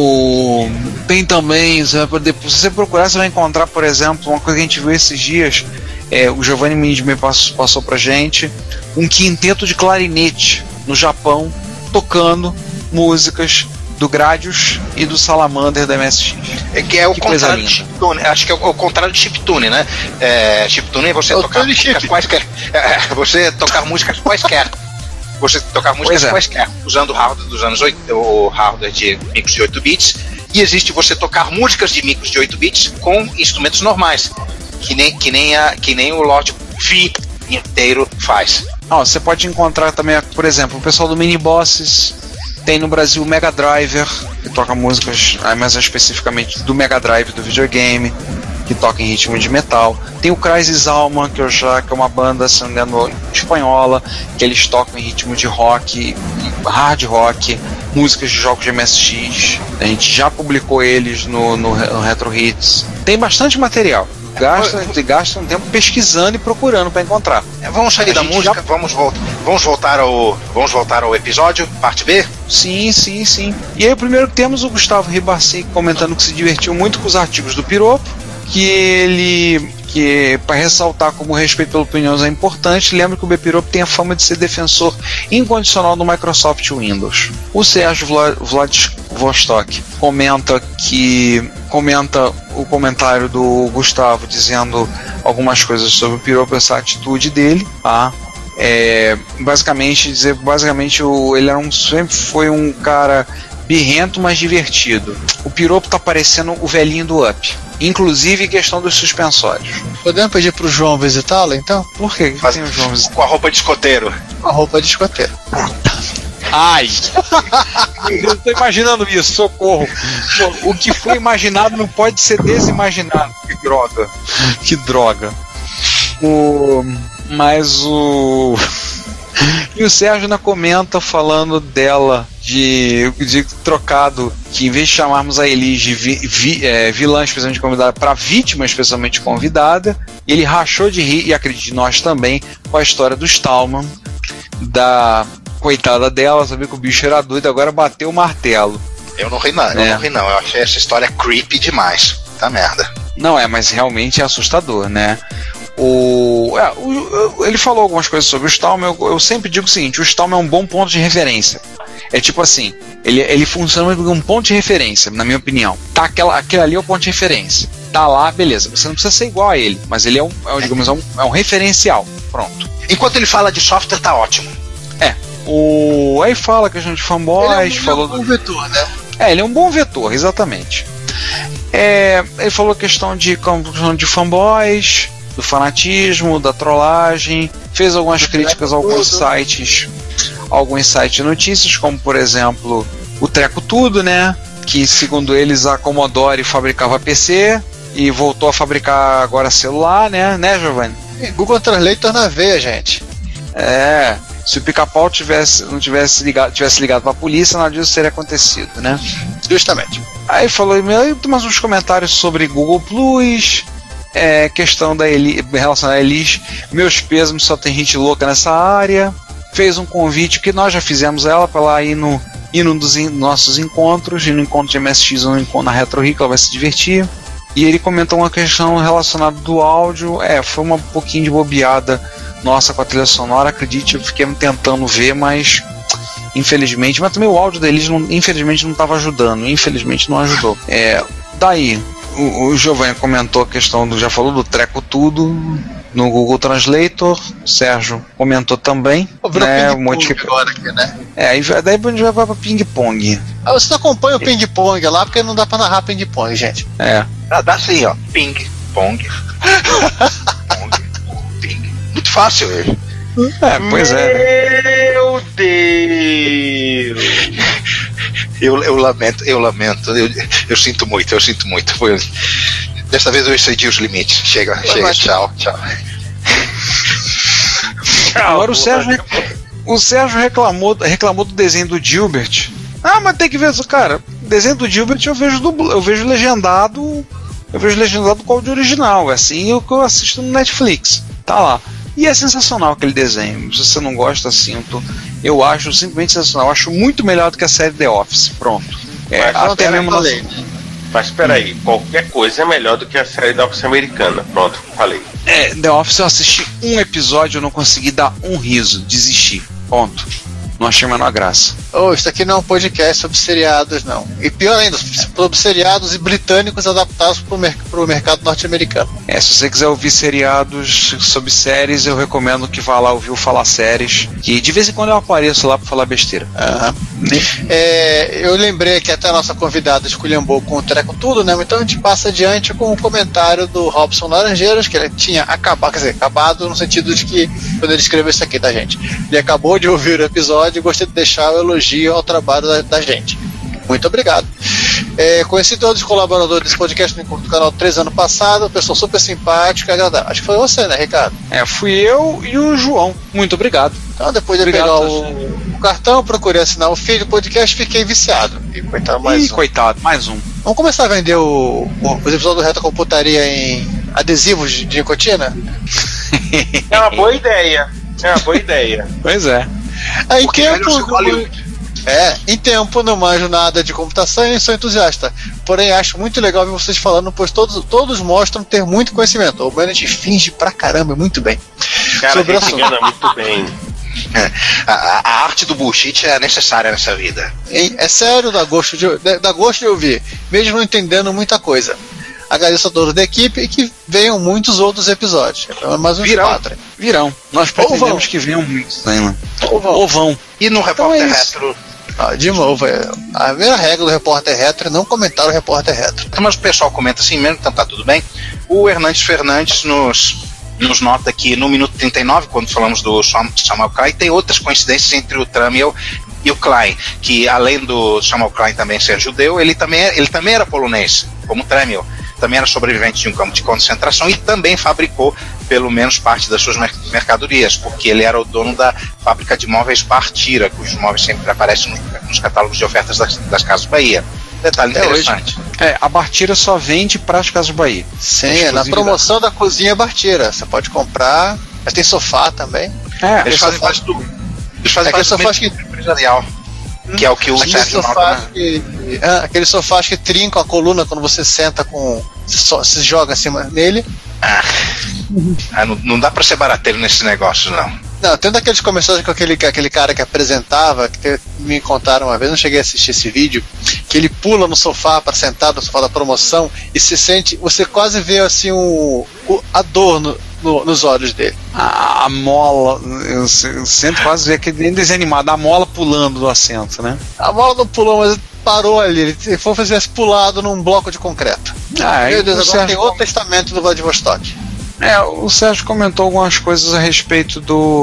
Tem também, se você procurar, você vai encontrar, por exemplo, uma coisa que a gente viu esses dias. O Giovanni me passou pra gente um quinteto de clarinete no Japão tocando músicas do Gradius e do Salamander da MSX. Que é o contrário de chiptune. Acho que é o contrário de chiptune, né? Chiptune é você tocar músicas quaisquer. Você tocar músicas quaisquer. Você tocar músicas quaisquer, usando o hardware dos anos 80, o hardware de micros de 8 bits. E existe você tocar músicas de micros de 8 bits com instrumentos normais. Que nem o Logic V inteiro faz. Você pode encontrar também, por exemplo, o pessoal do Mini Bosses, Tem no Brasil o Mega Driver, que toca músicas, mais especificamente do Mega Drive do videogame, que toca em ritmo de metal. Tem o Crysis Alma, que é uma banda, se não me engano, espanhola, que eles tocam em ritmo de rock, hard rock, músicas de jogos de MSX. A gente já publicou eles no Retro Hits. Tem bastante material. Gasta um tempo pesquisando e procurando para encontrar. Vamos sair da música, vamos voltar ao episódio, parte B? Sim. E aí o primeiro que temos o Gustavo Ribassi comentando que se divertiu muito com os artigos do Piropo, que para ressaltar como o respeito pela opinião é importante, lembra que o Bepiropo tem a fama de ser defensor incondicional do Microsoft Windows. O Sérgio Vladivostok comenta o comentário do Gustavo dizendo algumas coisas sobre o Piropo, essa atitude dele, tá? Basicamente ele sempre foi um cara birrento, mas divertido. O Piropo tá parecendo o velhinho do Up, inclusive questão dos suspensórios. Podemos pedir pro João visitá-lo, então? Por quê? Que tem o João visitá-lo? Com a roupa de escoteiro. Com a roupa de escoteiro. Ai! Eu tô imaginando isso, socorro. Pô, o que foi imaginado não pode ser desimaginado. Que droga. E o Sérgio ainda comenta falando dela de trocado, que em vez de chamarmos a Elis de vilã especialmente convidada para vítima especialmente convidada, ele rachou de rir, e acredite nós também, com a história do Stallman, da coitada dela, sabia que o bicho era doido, agora bateu o martelo. Eu não ri não, eu achei essa história creepy demais, tá merda. Não mas realmente é assustador, né? Ele falou algumas coisas sobre o Stallman. Eu sempre digo o seguinte: o Stallman é um bom ponto de referência. É tipo assim, ele funciona como um ponto de referência, na minha opinião. Tá, aquele ali é o ponto de referência. Tá lá, beleza. Você não precisa ser igual a ele, mas ele é um referencial. Pronto. Enquanto ele fala de software, tá ótimo. Aí fala a questão de fanboys. Ele é um bom vetor, né? Ele é um bom vetor, exatamente. Ele falou a questão de fanboys, do fanatismo, da trollagem, fez algumas críticas a alguns sites de notícias, como por exemplo o Treco Tudo, né? Que segundo eles a Commodore fabricava PC e voltou a fabricar agora celular, né Giovanni? Google Translator na veia, gente. Se o Pica-Pau não tivesse ligado pra polícia, nada disso teria acontecido, né? Justamente. Aí falou, tem mais uns comentários sobre Google Plus, questão da Elis, relacionada a Elis, meus pêsames, só tem gente louca nessa área. Fez um convite que nós já fizemos ela para ela ir num dos nossos encontros, no encontro de MSX ou na Retro Rica, ela vai se divertir. E ele comentou uma questão relacionada do áudio. Foi uma pouquinho de bobeada nossa com a trilha sonora, acredite, eu fiquei tentando ver, mas infelizmente, mas também o áudio deles infelizmente não estava ajudando, infelizmente não ajudou. Daí o Giovanni comentou a questão já falou do Treco Tudo no Google Translator. O Sérgio comentou também, né? Agora aqui, né? Daí a gente vai para ping-pong. Você não acompanha o ping-pong lá, porque não dá para narrar ping-pong, gente. Dá sim, ó. Ping-pong. Ping. Muito fácil ele. Pois é. Meu Deus! Eu lamento, eu sinto muito. Desta vez eu excedi os limites. Chega, tchau. Agora o Sérgio reclamou do desenho do Gilbert. Mas tem que ver isso, cara. O desenho do Gilbert eu vejo legendado com o áudio original. É assim o que eu assisto no Netflix. Tá lá. E é sensacional aquele desenho. Se você não gosta, sinto. Eu acho simplesmente sensacional. Eu acho muito melhor do que a série The Office. Pronto. Até mesmo Mas peraí, qualquer coisa é melhor do que a série The Office americana. Pronto, falei. The Office eu assisti um episódio, eu não consegui dar um riso, desisti. Ponto. Não achei a menor graça. Isso aqui não é um podcast sobre seriados, não. E pior ainda, sobre seriados e britânicos adaptados pro mercado norte-americano. Se você quiser ouvir seriados sobre séries, eu recomendo que vá lá ouvir o Falar Séries, que de vez em quando eu apareço lá pra falar besteira. Eu lembrei que até a nossa convidada esculhambou com o Treco Tudo, né? Então a gente passa adiante com o comentário do Robson Laranjeiras, que ele tinha acabado no sentido de que, quando ele escreveu isso aqui, tá, gente? Ele acabou de ouvir o episódio e gostei de deixar o elogio elogio ao trabalho da gente. Muito obrigado. Conheci todos os colaboradores desse podcast no canal 3 anos passado, pessoa super simpática, agradável. Acho que foi você, né, Ricardo? Fui eu e o João. Muito obrigado. Então, depois de pegar o cartão, procurei assinar o feed do podcast, fiquei viciado. E coitado, mais um. Vamos começar a vender os episódios do Retrocomputaria em adesivos de nicotina? É uma boa ideia. Pois é. Em tempo não manjo nada de computação e nem sou entusiasta. Porém, acho muito legal ver vocês falando, pois todos mostram ter muito conhecimento. O Bennett finge pra caramba muito bem. Cara, sobre ele engana muito bem. A arte do bullshit é necessária nessa vida. É sério, dá gosto de ouvir, mesmo não entendendo muita coisa. Agradeço a todos da equipe e que venham muitos outros episódios. Mais uns 4. Virão. Nós pretendemos que venham muitos ainda. Ou vão. E no Repórter Retro? De novo, a primeira regra do Repórter Retro é não comentar o Repórter Retro. Mas o pessoal comenta assim mesmo, então tá tudo bem. O Hernandes Fernandes nos nota que no minuto 39, quando falamos do Samuel Klein, tem outras coincidências entre o Tramiel e o Klein, que além do Samuel Klein também ser judeu, ele também era polonês, como o Tramiel. Também era sobrevivente de um campo de concentração e também fabricou pelo menos parte das suas mercadorias, porque ele era o dono da fábrica de móveis Bartira, cujos móveis sempre aparecem nos catálogos de ofertas das Casas Bahia. Detalhe interessante. A Bartira só vende para as Casas Bahia. Sim, na promoção da cozinha Bartira. Você pode comprar, mas tem sofá também. Eles fazem parte do. Eles fazem parte do sofá empresarial. Que é o que o Sérgio aqueles sofás que trincam a coluna quando você senta se joga acima nele. Não dá pra ser barateiro nesse negócio, não. Não, tem daqueles comerciais com aquele cara que apresentava, que me contaram uma vez, não cheguei a assistir esse vídeo, que ele pula no sofá para sentar no sofá da promoção e você quase vê assim a dor nos olhos dele. A mola, eu sinto quase ver aquele nem desenho animado, a mola pulando do assento, né? A mola não pulou, mas parou ali, ele foi tivesse pulado num bloco de concreto. Meu Deus, agora tem outro testamento do Vladivostok. O Sérgio comentou algumas coisas a respeito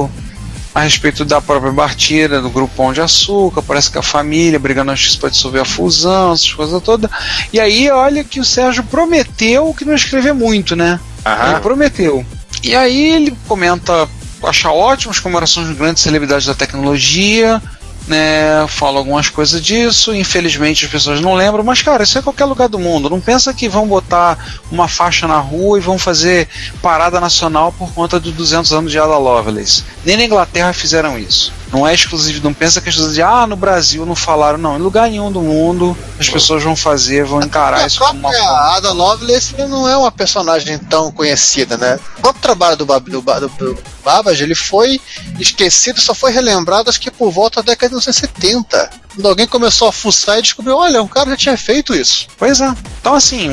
da própria Bartira, do grupo Pão de Açúcar, parece que a família brigando na justiça para dissolver a fusão, essas coisas todas. E aí, olha que o Sérgio prometeu que não escrever muito, né? Ele prometeu. E aí ele comenta, acha ótimo as comemorações de grandes celebridades da tecnologia, né, fala algumas coisas disso, infelizmente as pessoas não lembram, mas cara, isso é qualquer lugar do mundo, não pensa que vão botar uma faixa na rua e vão fazer parada nacional por conta dos 200 anos de Ada Lovelace, nem na Inglaterra fizeram isso, não é exclusivo, não pensa que as pessoas dizem, no Brasil não falaram, não, em lugar nenhum do mundo as pessoas vão encarar isso como uma forma. A Ada Lovelace não é uma personagem tão conhecida, né? O próprio trabalho do Babbage, ele foi esquecido, só foi relembrado acho que por volta da década de 1970. Quando alguém começou a fuçar e descobriu, olha, um cara já tinha feito isso. Pois é. Então assim,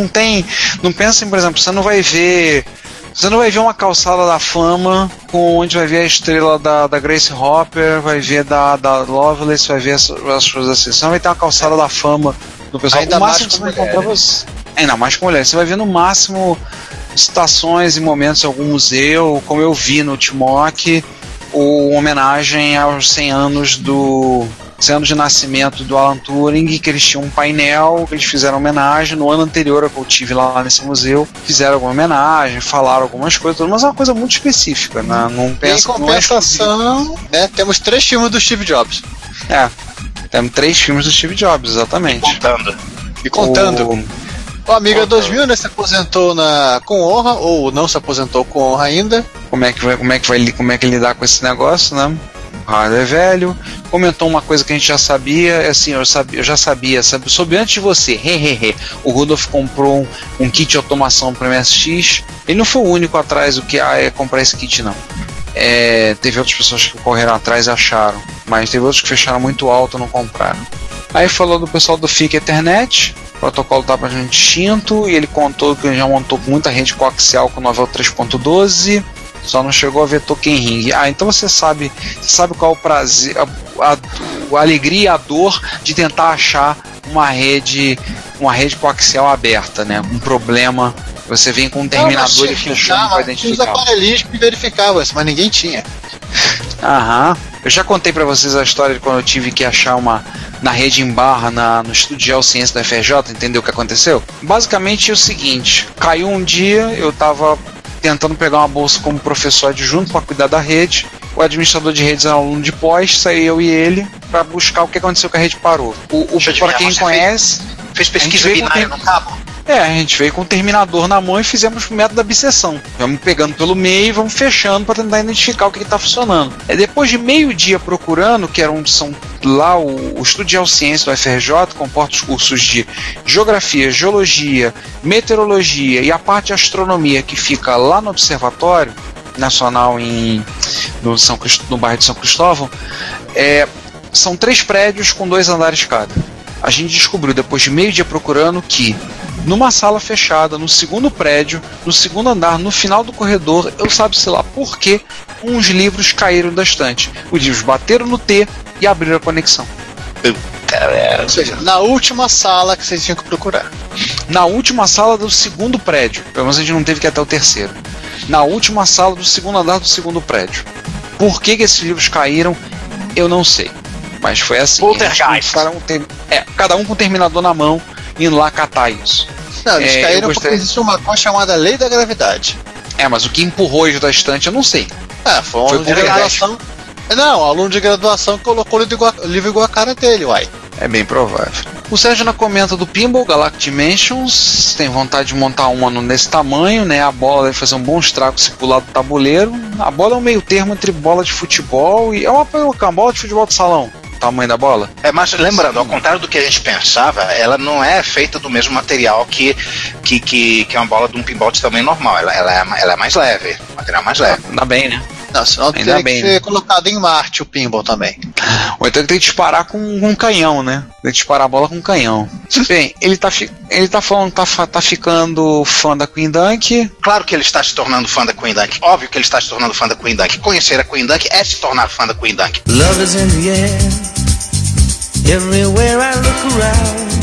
não pensa em, por exemplo, você não vai ver uma calçada da fama onde vai ver a estrela da Grace Hopper, vai ver da Lovelace, vai ver as coisas assim. Você não vai ter uma calçada da fama do pessoal. Ainda mais com mulheres. Ainda mais com mulheres. Você vai ver no máximo citações e momentos em algum museu, como eu vi no Timok, uma homenagem aos 100 anos de nascimento do Alan Turing, que eles tinham um painel, que eles fizeram homenagem. No ano anterior que eu tive lá nesse museu, fizeram alguma homenagem, falaram algumas coisas, mas é uma coisa muito específica, né? Não pensa, em compensação, né, temos 3 filmes do Steve Jobs. Temos 3 filmes do Steve Jobs, exatamente. E contando. O Amiga 2000, né, se aposentou com honra, ou não se aposentou com honra ainda. Como é que lidar com esse negócio, né? O rádio é velho. Comentou uma coisa que a gente já sabia, assim, eu já sabia, soube antes de você, o Rudolf comprou um kit de automação para o MSX. Ele não foi o único atrás do que comprar esse kit, não. Teve outras pessoas que correram atrás e acharam, mas teve outros que fecharam muito alto e não compraram. Aí falou do pessoal do FIC Ethernet, o protocolo estava extinto, e ele contou que ele já montou muita rede coaxial com o Novell 3.12, só não chegou a ver Token Ring. Então você sabe qual é o prazer, a alegria e a dor de tentar achar uma rede coaxial aberta, né? Um problema, você vem com um terminador e fechando para identificar. Os aparelhos que verificavam isso, mas ninguém tinha. Eu já contei pra vocês a história de quando eu tive que achar uma na rede em barra no Estúdio Geociência da FRJ, entendeu o que aconteceu? Basicamente é o seguinte, caiu um dia, eu tava tentando pegar uma bolsa como professor adjunto para cuidar da rede, o administrador de redes era um aluno de pós, saí eu e ele para buscar o que aconteceu que a rede parou. Para quem conhece... Fez pesquisa binária no cabo? A gente veio com o terminador na mão e fizemos o método da bisseção. Vamos pegando pelo meio e vamos fechando para tentar identificar o que está funcionando. Depois de meio dia procurando, que são lá o Estúdio Geociência do FRJ, comporta os cursos de Geografia, Geologia, Meteorologia e a parte de Astronomia que fica lá no Observatório Nacional no bairro de São Cristóvão. São 3 prédios com 2 andares cada. A gente descobriu depois de meio dia procurando que numa sala fechada, no segundo prédio, no segundo andar, no final do corredor, eu sabe-se lá por que uns livros caíram da estante. Os livros bateram no T e abriram a conexão. Ou seja, na última sala que vocês tinham que procurar. Na última sala do segundo prédio. Pelo menos a gente não teve que ir até o terceiro. Na última sala do segundo andar do segundo prédio. Por que esses livros caíram, eu não sei. Mas foi assim. Cada um com o terminador na mão, indo lá catar isso. Não, eles caíram porque existe uma coisa chamada Lei da Gravidade. Mas o que empurrou eles da estante eu não sei. Foi um aluno de graduação. Não, um aluno de graduação que colocou o livro igual a cara dele, uai. É bem provável. O Sérgio na comenta do Pinball Galactic Dimensions, tem vontade de montar uma nesse tamanho, né? A bola deve fazer um bom estrago se pular do tabuleiro. A bola é um meio termo entre bola de futebol e uma bola de futebol de salão. Tamanho da bola? Mas lembrando, ao contrário do que a gente pensava, ela não é feita do mesmo material que uma bola de um pinball de tamanho normal. Ela é mais leve, material mais leve. Ainda bem, né? Não, senão teria que ser colocado em Marte o pinball também. Ou então tem que disparar com um canhão, né? Tem que disparar a bola com um canhão. Bem, ele tá falando que tá ficando fã da Queen Dunk. Claro que ele está se tornando fã da Queen Dunk. Óbvio que ele está se tornando fã da Queen Dunk. Conhecer a Queen Dunk é se tornar fã da Queen Dunk. Love is in the air, everywhere I look around.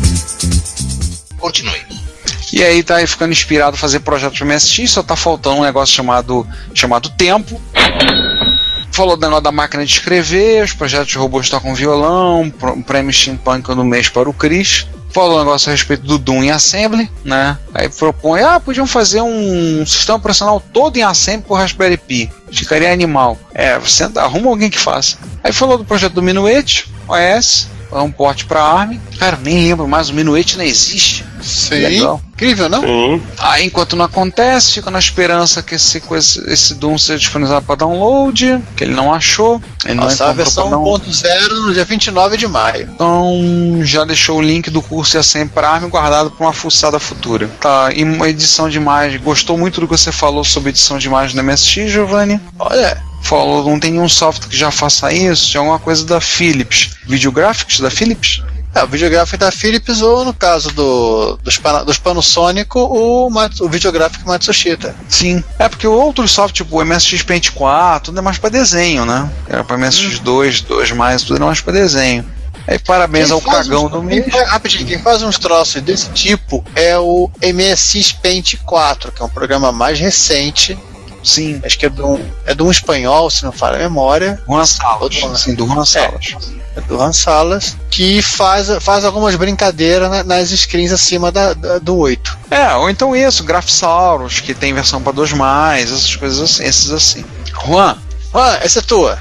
Continue. E aí tá ficando inspirado a fazer projetos de MSX, só tá faltando um negócio chamado Tempo. Falou do negócio da máquina de escrever, os projetos de robôs tocam violão, um prêmio Steampunk do mês para o Chris. Falou um negócio a respeito do Doom em Assembly, né? Aí propõe, podiam fazer um sistema operacional todo em Assembly por Raspberry Pi. Ficaria animal. Você arruma alguém que faça. Aí falou do projeto do Minuet, OS, é um porte para ARM. Cara, nem lembro mais, o Minuet não existe. Sim, legal. Incrível, não? Aí enquanto não acontece, fica na esperança que esse Doom seja disponibilizado para download, que ele não achou. A versão 1.0 no dia 29 de maio. Então já deixou o link do curso e a senha para ARM guardado para uma fuçada futura. Tá, e uma edição de imagem. Gostou muito do que você falou sobre edição de imagem no MSX, Giovanni? Olha, falou, não tem nenhum software que já faça isso, tinha alguma coisa da Philips. Videographics da Philips? O videográfico da Philips, ou no caso dos Panasonic, o videográfico Matsushita. Sim, porque o outro software, tipo o MSX Paint 4, tudo é mais para desenho, né? Era para MSX 2, 2+, tudo é mais para desenho. Aí parabéns ao cagão do mês. Rapidinho, quem faz uns troços desse tipo é o MSX Paint 4, que é um programa mais recente. Sim. Acho que é de um espanhol, se não falha a memória. Juan Salas. Sim, do Juan Salas. É do Juan Salas, que faz algumas brincadeiras nas screens acima do 8. Ou então isso, Graphisaurus, que tem versão para 2+, essas coisas assim, esses assim. Juan, essa é tua.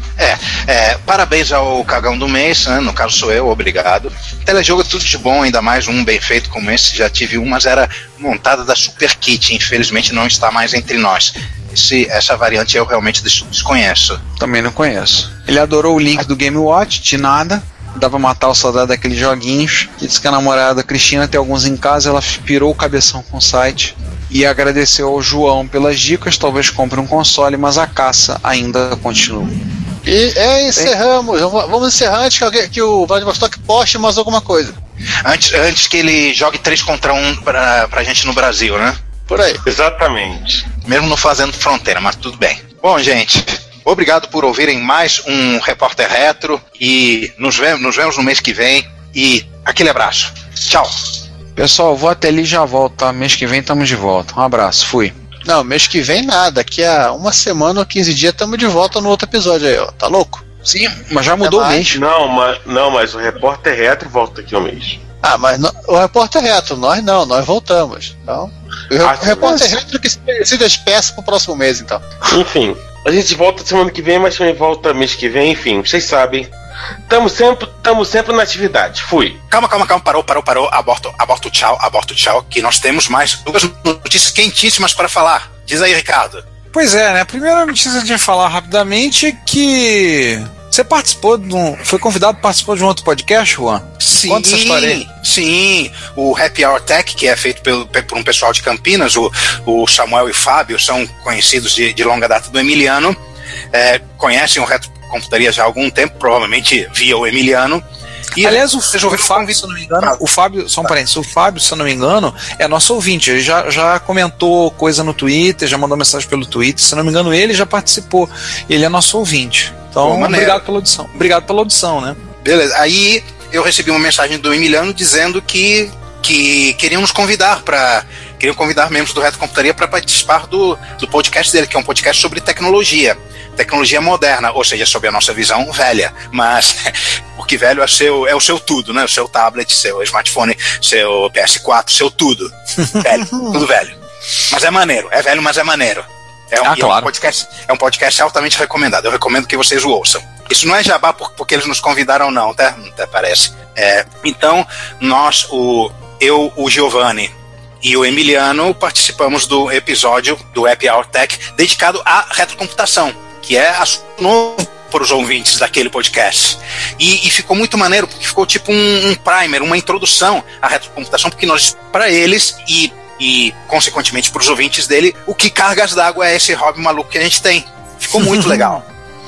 Parabéns ao cagão do mês, né? No caso sou eu, obrigado. Telejogo é tudo de bom, ainda mais um bem feito como esse. Já tive um, mas era montada da Super Kit, infelizmente não está mais entre nós. Essa variante eu realmente desconheço. Também não conheço. Ele adorou o link do Game Watch, de nada. Dava matar o saudade daqueles joguinhos. E disse que a namorada Cristina tem alguns em casa, ela pirou o cabeção com o site. E agradeceu ao João pelas dicas, talvez compre um console, mas a caça ainda continua. E encerramos. Vamos encerrar antes que o Vladivostok poste mais alguma coisa. Antes que ele jogue 3 contra 1 pra gente no Brasil, né? Por aí. Exatamente. Mesmo não fazendo fronteira, mas tudo bem. Bom, gente, obrigado por ouvirem mais um Repórter Retro e nos vemos no mês que vem e aquele abraço. Tchau. Pessoal, vou até ali e já volto, tá? Mês que vem estamos de volta. Um abraço, fui. Não, mês que vem nada. Daqui a uma semana ou 15 dias estamos de volta no outro episódio aí, ó. Tá louco? Sim, mas já mudou o mês. Não, mas o Repórter Retro volta aqui um mês. Ah, mas o Repórter Retro, nós voltamos. Então, o Repórter Retro que se despeça pro próximo mês, então. Enfim, a gente volta semana que vem, mas também volta mês que vem, enfim, vocês sabem. Tamo sempre na atividade. Fui. Calma, parou. Aborta o tchau, que nós temos mais 2 notícias quentíssimas para falar. Diz aí, Ricardo. Pois é, né? A primeira notícia que a gente vai falar rapidamente é que você foi convidado a participar de um outro podcast, Juan? Sim, conta essa história aí. Sim, o Happy Hour Tech, que é feito por um pessoal de Campinas, o Samuel e o Fábio, são conhecidos de longa data do Emiliano, conhecem o Retrocomputaria já há algum tempo, provavelmente via o Emiliano. E aliás, o Fábio, se eu não me engano, o Fábio, se eu não me engano, é nosso ouvinte. Ele já comentou coisa no Twitter, já mandou mensagem pelo Twitter. Se eu não me engano, ele já participou. Ele é nosso ouvinte. Então, obrigado pela audição. Obrigado pela audição, né? Beleza. Aí eu recebi uma mensagem do Emiliano dizendo que queriam nos convidar queriam convidar membros do Retrocomputaria para participar do podcast dele, que é um podcast sobre tecnologia moderna, ou seja, sobre a nossa visão velha, mas porque velho é o seu tudo, né? O seu tablet, seu smartphone, seu PS4, seu tudo. Velho, tudo velho. Mas é maneiro, é velho, mas é maneiro. Claro. É um podcast altamente recomendado. Eu recomendo que vocês o ouçam. Isso não é jabá porque eles nos convidaram, não, tá? Até parece. Então, eu, o Giovanni e o Emiliano participamos do episódio do Happy Hour Tech dedicado à retrocomputação, que é assunto novo para os ouvintes daquele podcast. E ficou muito maneiro, porque ficou tipo um primer, uma introdução à retrocomputação, porque nós, para eles e consequentemente para os ouvintes dele, o que cargas d'água é esse hobby maluco que a gente tem. Ficou muito legal.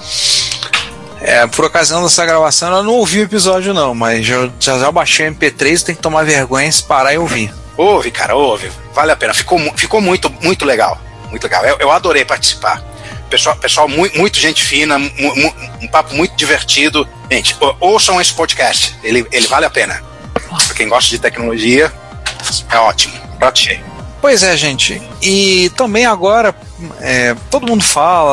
Por ocasião dessa gravação eu não ouvi o episódio não, mas eu já baixei o MP3, tem que tomar vergonha se parar e ouvir. Ouve, cara, ouve. Vale a pena. Ficou muito, muito legal. Muito legal. Eu adorei participar. Pessoal muito gente fina, um papo muito divertido. Gente, ouçam esse podcast. Ele vale a pena. Pra quem gosta de tecnologia, é ótimo. Prato cheio. Pois é, gente. E também agora, todo mundo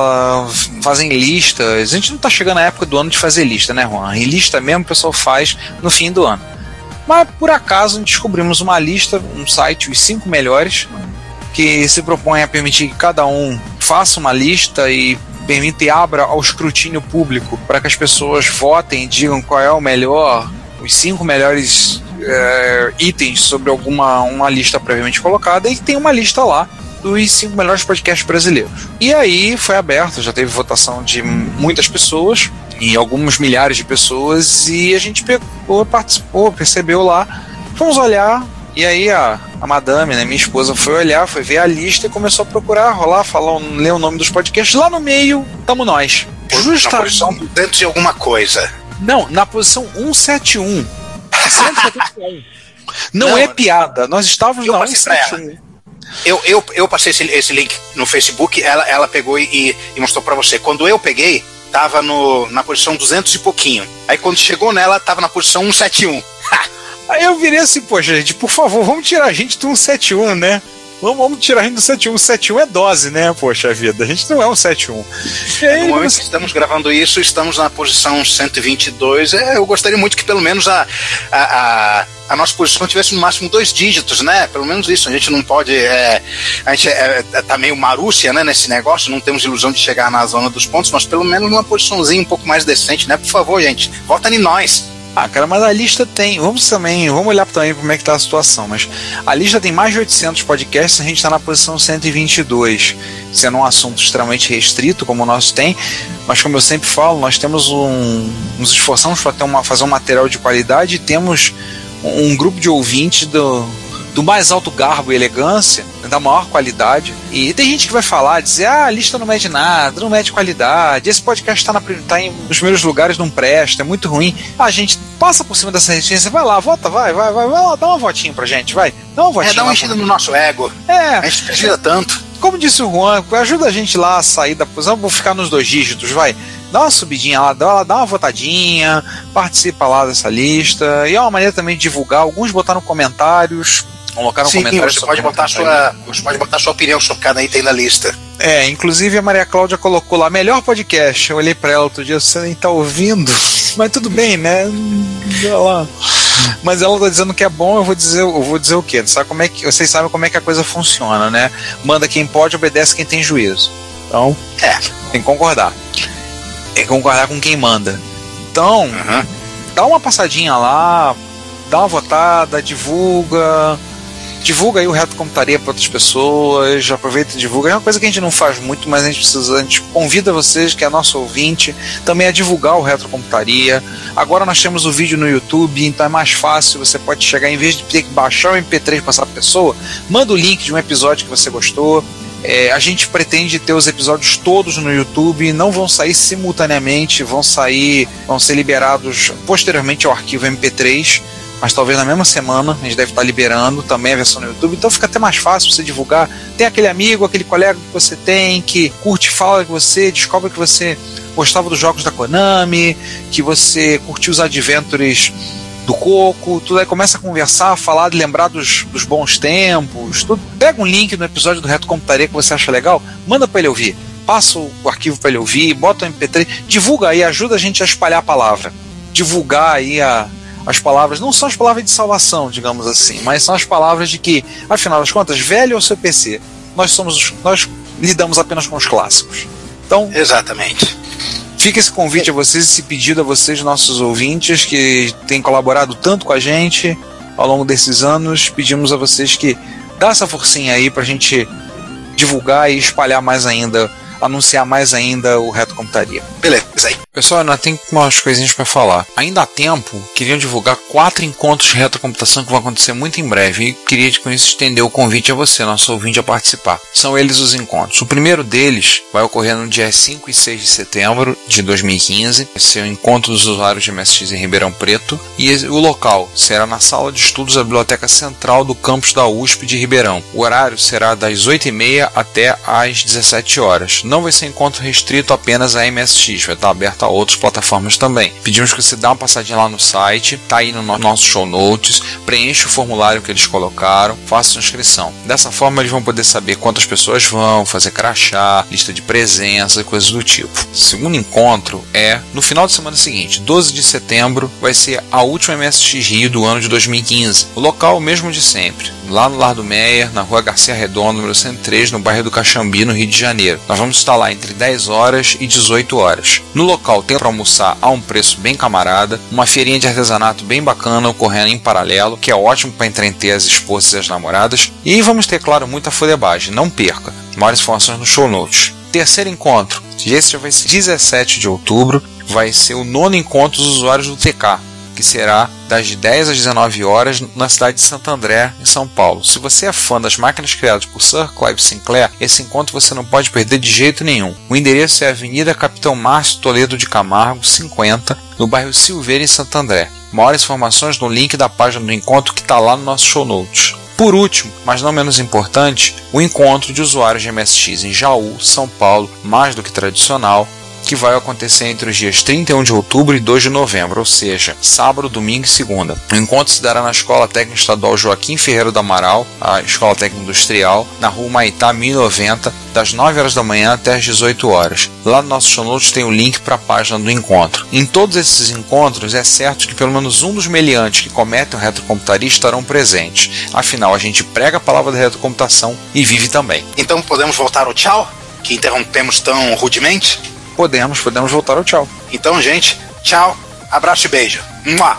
fazem listas. A gente não tá chegando na época do ano de fazer lista, né, Juan? E lista mesmo o pessoal faz no fim do ano. Mas por acaso descobrimos uma lista, um site, os 5 melhores, que se propõe a permitir que cada um faça uma lista e permita e abra ao escrutínio público para que as pessoas votem e digam qual é o melhor, os 5 melhores itens sobre uma lista previamente colocada, e tem uma lista lá dos 5 melhores podcasts brasileiros. E aí foi aberto, já teve votação de muitas pessoas, e alguns milhares de pessoas, e a gente participou, percebeu lá, fomos olhar, e aí a madame, né, minha esposa, foi ver a lista e começou a procurar, rolar, ler o nome dos podcasts. Lá no meio, estamos nós. Na posição 200 e alguma coisa. Não, na posição 171. 171. Não é piada, nós estávamos na 171. Eu passei esse link no Facebook, ela pegou e mostrou pra você. Quando eu peguei, tava na posição 200 e pouquinho. Aí quando chegou nela, tava na posição 171. Aí eu virei assim, poxa, gente, por favor, vamos tirar a gente do 171, né? Vamos tirar a gente do 71. 71 é dose, né? Poxa vida, a gente não é um 71. E aí, no momento que estamos gravando isso, estamos na posição 122. Eu gostaria muito que pelo menos a nossa posição tivesse no máximo 2 dígitos, né? Pelo menos isso. A gente não pode. A gente tá meio marúcia, né, nesse negócio, não temos ilusão de chegar na zona dos pontos, mas pelo menos uma posiçãozinha um pouco mais decente, né? Por favor, gente, vota em nós. Cara, mas a lista tem. Vamos olhar também como é que tá a situação. Mas a lista tem mais de 800 podcasts, a gente está na posição 122, sendo um assunto extremamente restrito, como o nosso tem. Mas, como eu sempre falo, nós temos nos esforçamos para fazer um material de qualidade, e temos um grupo de ouvintes do mais alto garbo e elegância, da maior qualidade. E tem gente que vai dizer, a lista não mede nada, não mede qualidade, esse podcast tá nos primeiros lugares, não presta, é muito ruim. A gente passa por cima dessa resistência, vai lá, vota, vai lá, dá uma votinha pra gente, vai. Dá uma votinha. Dá uma enchida no nosso ego. A gente precisa tanto. Como disse o Juan, ajuda a gente lá a sair da posição, vou ficar nos 2 dígitos, vai. Dá uma subidinha lá, dá uma votadinha, participa lá dessa lista, e é uma maneira também de divulgar. Alguns botaram comentários, Colocar um Sim, comentário. você pode botar a sua opinião sobre cada item na lista. Inclusive a Maria Cláudia colocou lá, melhor podcast. Eu olhei pra ela outro dia, você nem tá ouvindo, mas tudo bem, né? Olha lá. Mas ela tá dizendo que é bom, eu vou dizer o quê? Sabe como é que, vocês sabem como é que a coisa funciona, né? Manda quem pode, obedece quem tem juízo. Então, tem que concordar. Tem que concordar com quem manda. Então, dá uma passadinha lá, dá uma votada, divulga aí o Retro Computaria para outras pessoas, aproveita e divulga. É uma coisa que a gente não faz muito, mas a gente convida vocês, que é nosso ouvinte, também a divulgar o Retro Computaria. Agora nós temos o vídeo no YouTube, então é mais fácil, você pode chegar, em vez de ter que baixar o MP3 e passar para a pessoa, manda o link de um episódio que você gostou. A gente pretende ter os episódios todos no YouTube, não vão sair simultaneamente, vão ser liberados posteriormente ao arquivo MP3, mas talvez na mesma semana a gente deve estar liberando também a versão no YouTube, então fica até mais fácil você divulgar. Tem aquele amigo, aquele colega que você tem, que curte, fala que você, descobre que você gostava dos jogos da Konami, que você curtiu os Adventures do Coco, tudo aí, começa a conversar, a falar, lembrar dos bons tempos, tudo. Pega um link no episódio do Retro Computaria que você acha legal, manda para ele ouvir, passa o arquivo para ele ouvir, bota o MP3, divulga aí, ajuda a gente a espalhar a palavra, divulgar aí as palavras, não são as palavras de salvação, digamos assim, mas são as palavras de que, afinal das contas, velho é o seu PC, nós lidamos apenas com os clássicos. Então, exatamente. Fica esse convite a vocês, esse pedido a vocês, nossos ouvintes, que têm colaborado tanto com a gente ao longo desses anos. Pedimos a vocês que dá essa forcinha aí pra gente divulgar e espalhar mais ainda, anunciar mais ainda o Retro Computaria. Beleza, aí. Pessoal, ainda tem umas coisinhas para falar. Ainda há tempo, queriam divulgar 4 encontros de retrocomputação que vão acontecer muito em breve e queria com isso estender o convite a você, nosso ouvinte, a participar. São eles os encontros. O primeiro deles vai ocorrer no dia 5 e 6 de setembro de 2015. Vai ser o encontro dos usuários de MSX em Ribeirão Preto e o local será na sala de estudos da Biblioteca Central do campus da USP de Ribeirão. O horário será das 8h30 até às 17 horas. Não vai ser encontro restrito apenas a MSX, vai estar aberto a outras plataformas também. Pedimos que você dê uma passadinha lá no site, tá aí no nosso show notes, preencha o formulário que eles colocaram, faça sua inscrição. Dessa forma eles vão poder saber quantas pessoas vão, fazer crachá, lista de presença e coisas do tipo. O segundo encontro é no final de semana seguinte, 12 de setembro, vai ser a última MSX Rio do ano de 2015. O local o mesmo de sempre, lá no Lar do Meyer, na rua Garcia Redondo, número 103, no bairro do Caxambi, no Rio de Janeiro. Nós vamos estar lá entre 10 horas e 18 horas. No local tem para almoçar a um preço bem camarada, uma feirinha de artesanato bem bacana ocorrendo em paralelo, que é ótimo para entreter as esposas e as namoradas. E vamos ter, claro, muita fuleibagem, não perca. Maiores informações no show notes. Terceiro encontro, esse já vai ser 17 de outubro, vai ser o 9º encontro dos usuários do TK, que será das 10 às 19 horas na cidade de Santo André, em São Paulo. Se você é fã das máquinas criadas por Sir Clive Sinclair, esse encontro você não pode perder de jeito nenhum. O endereço é Avenida Capitão Márcio Toledo de Camargo, 50, no bairro Silveira, em Santo André. Maiores informações no link da página do encontro que está lá no nosso show notes. Por último, mas não menos importante, o encontro de usuários de MSX em Jaú, São Paulo, mais do que tradicional, que vai acontecer entre os dias 31 de outubro e 2 de novembro, ou seja, sábado, domingo e segunda. O encontro se dará na Escola Técnica Estadual Joaquim Ferreira do Amaral, a Escola Técnica Industrial, na Rua Maitá 1090, das 9 horas da manhã até as 18 horas. Lá no nosso show notes tem o link para a página do encontro. Em todos esses encontros é certo que pelo menos um dos meliantes que cometem o retrocomputaria estarão presentes. Afinal, a gente prega a palavra da retrocomputação e vive também. Então podemos voltar ao tchau? Que interrompemos tão rudemente? Podemos voltar ao tchau. Então, gente, tchau, abraço e beijo. Mua!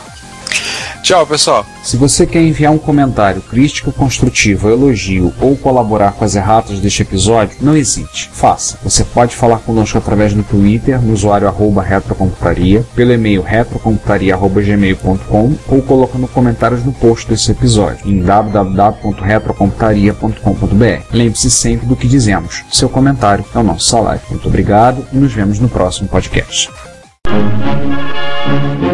Tchau, pessoal. Se você quer enviar um comentário crítico, construtivo, elogio ou colaborar com as erratas deste episódio, não hesite, faça. Você pode falar conosco através do Twitter, no usuário @retrocomputaria, pelo e-mail retrocomputaria@gmail.com ou colocando comentários no post desse episódio em www.retrocomputaria.com.br. Lembre-se sempre do que dizemos. Seu comentário é o nosso salário. Muito obrigado e nos vemos no próximo podcast.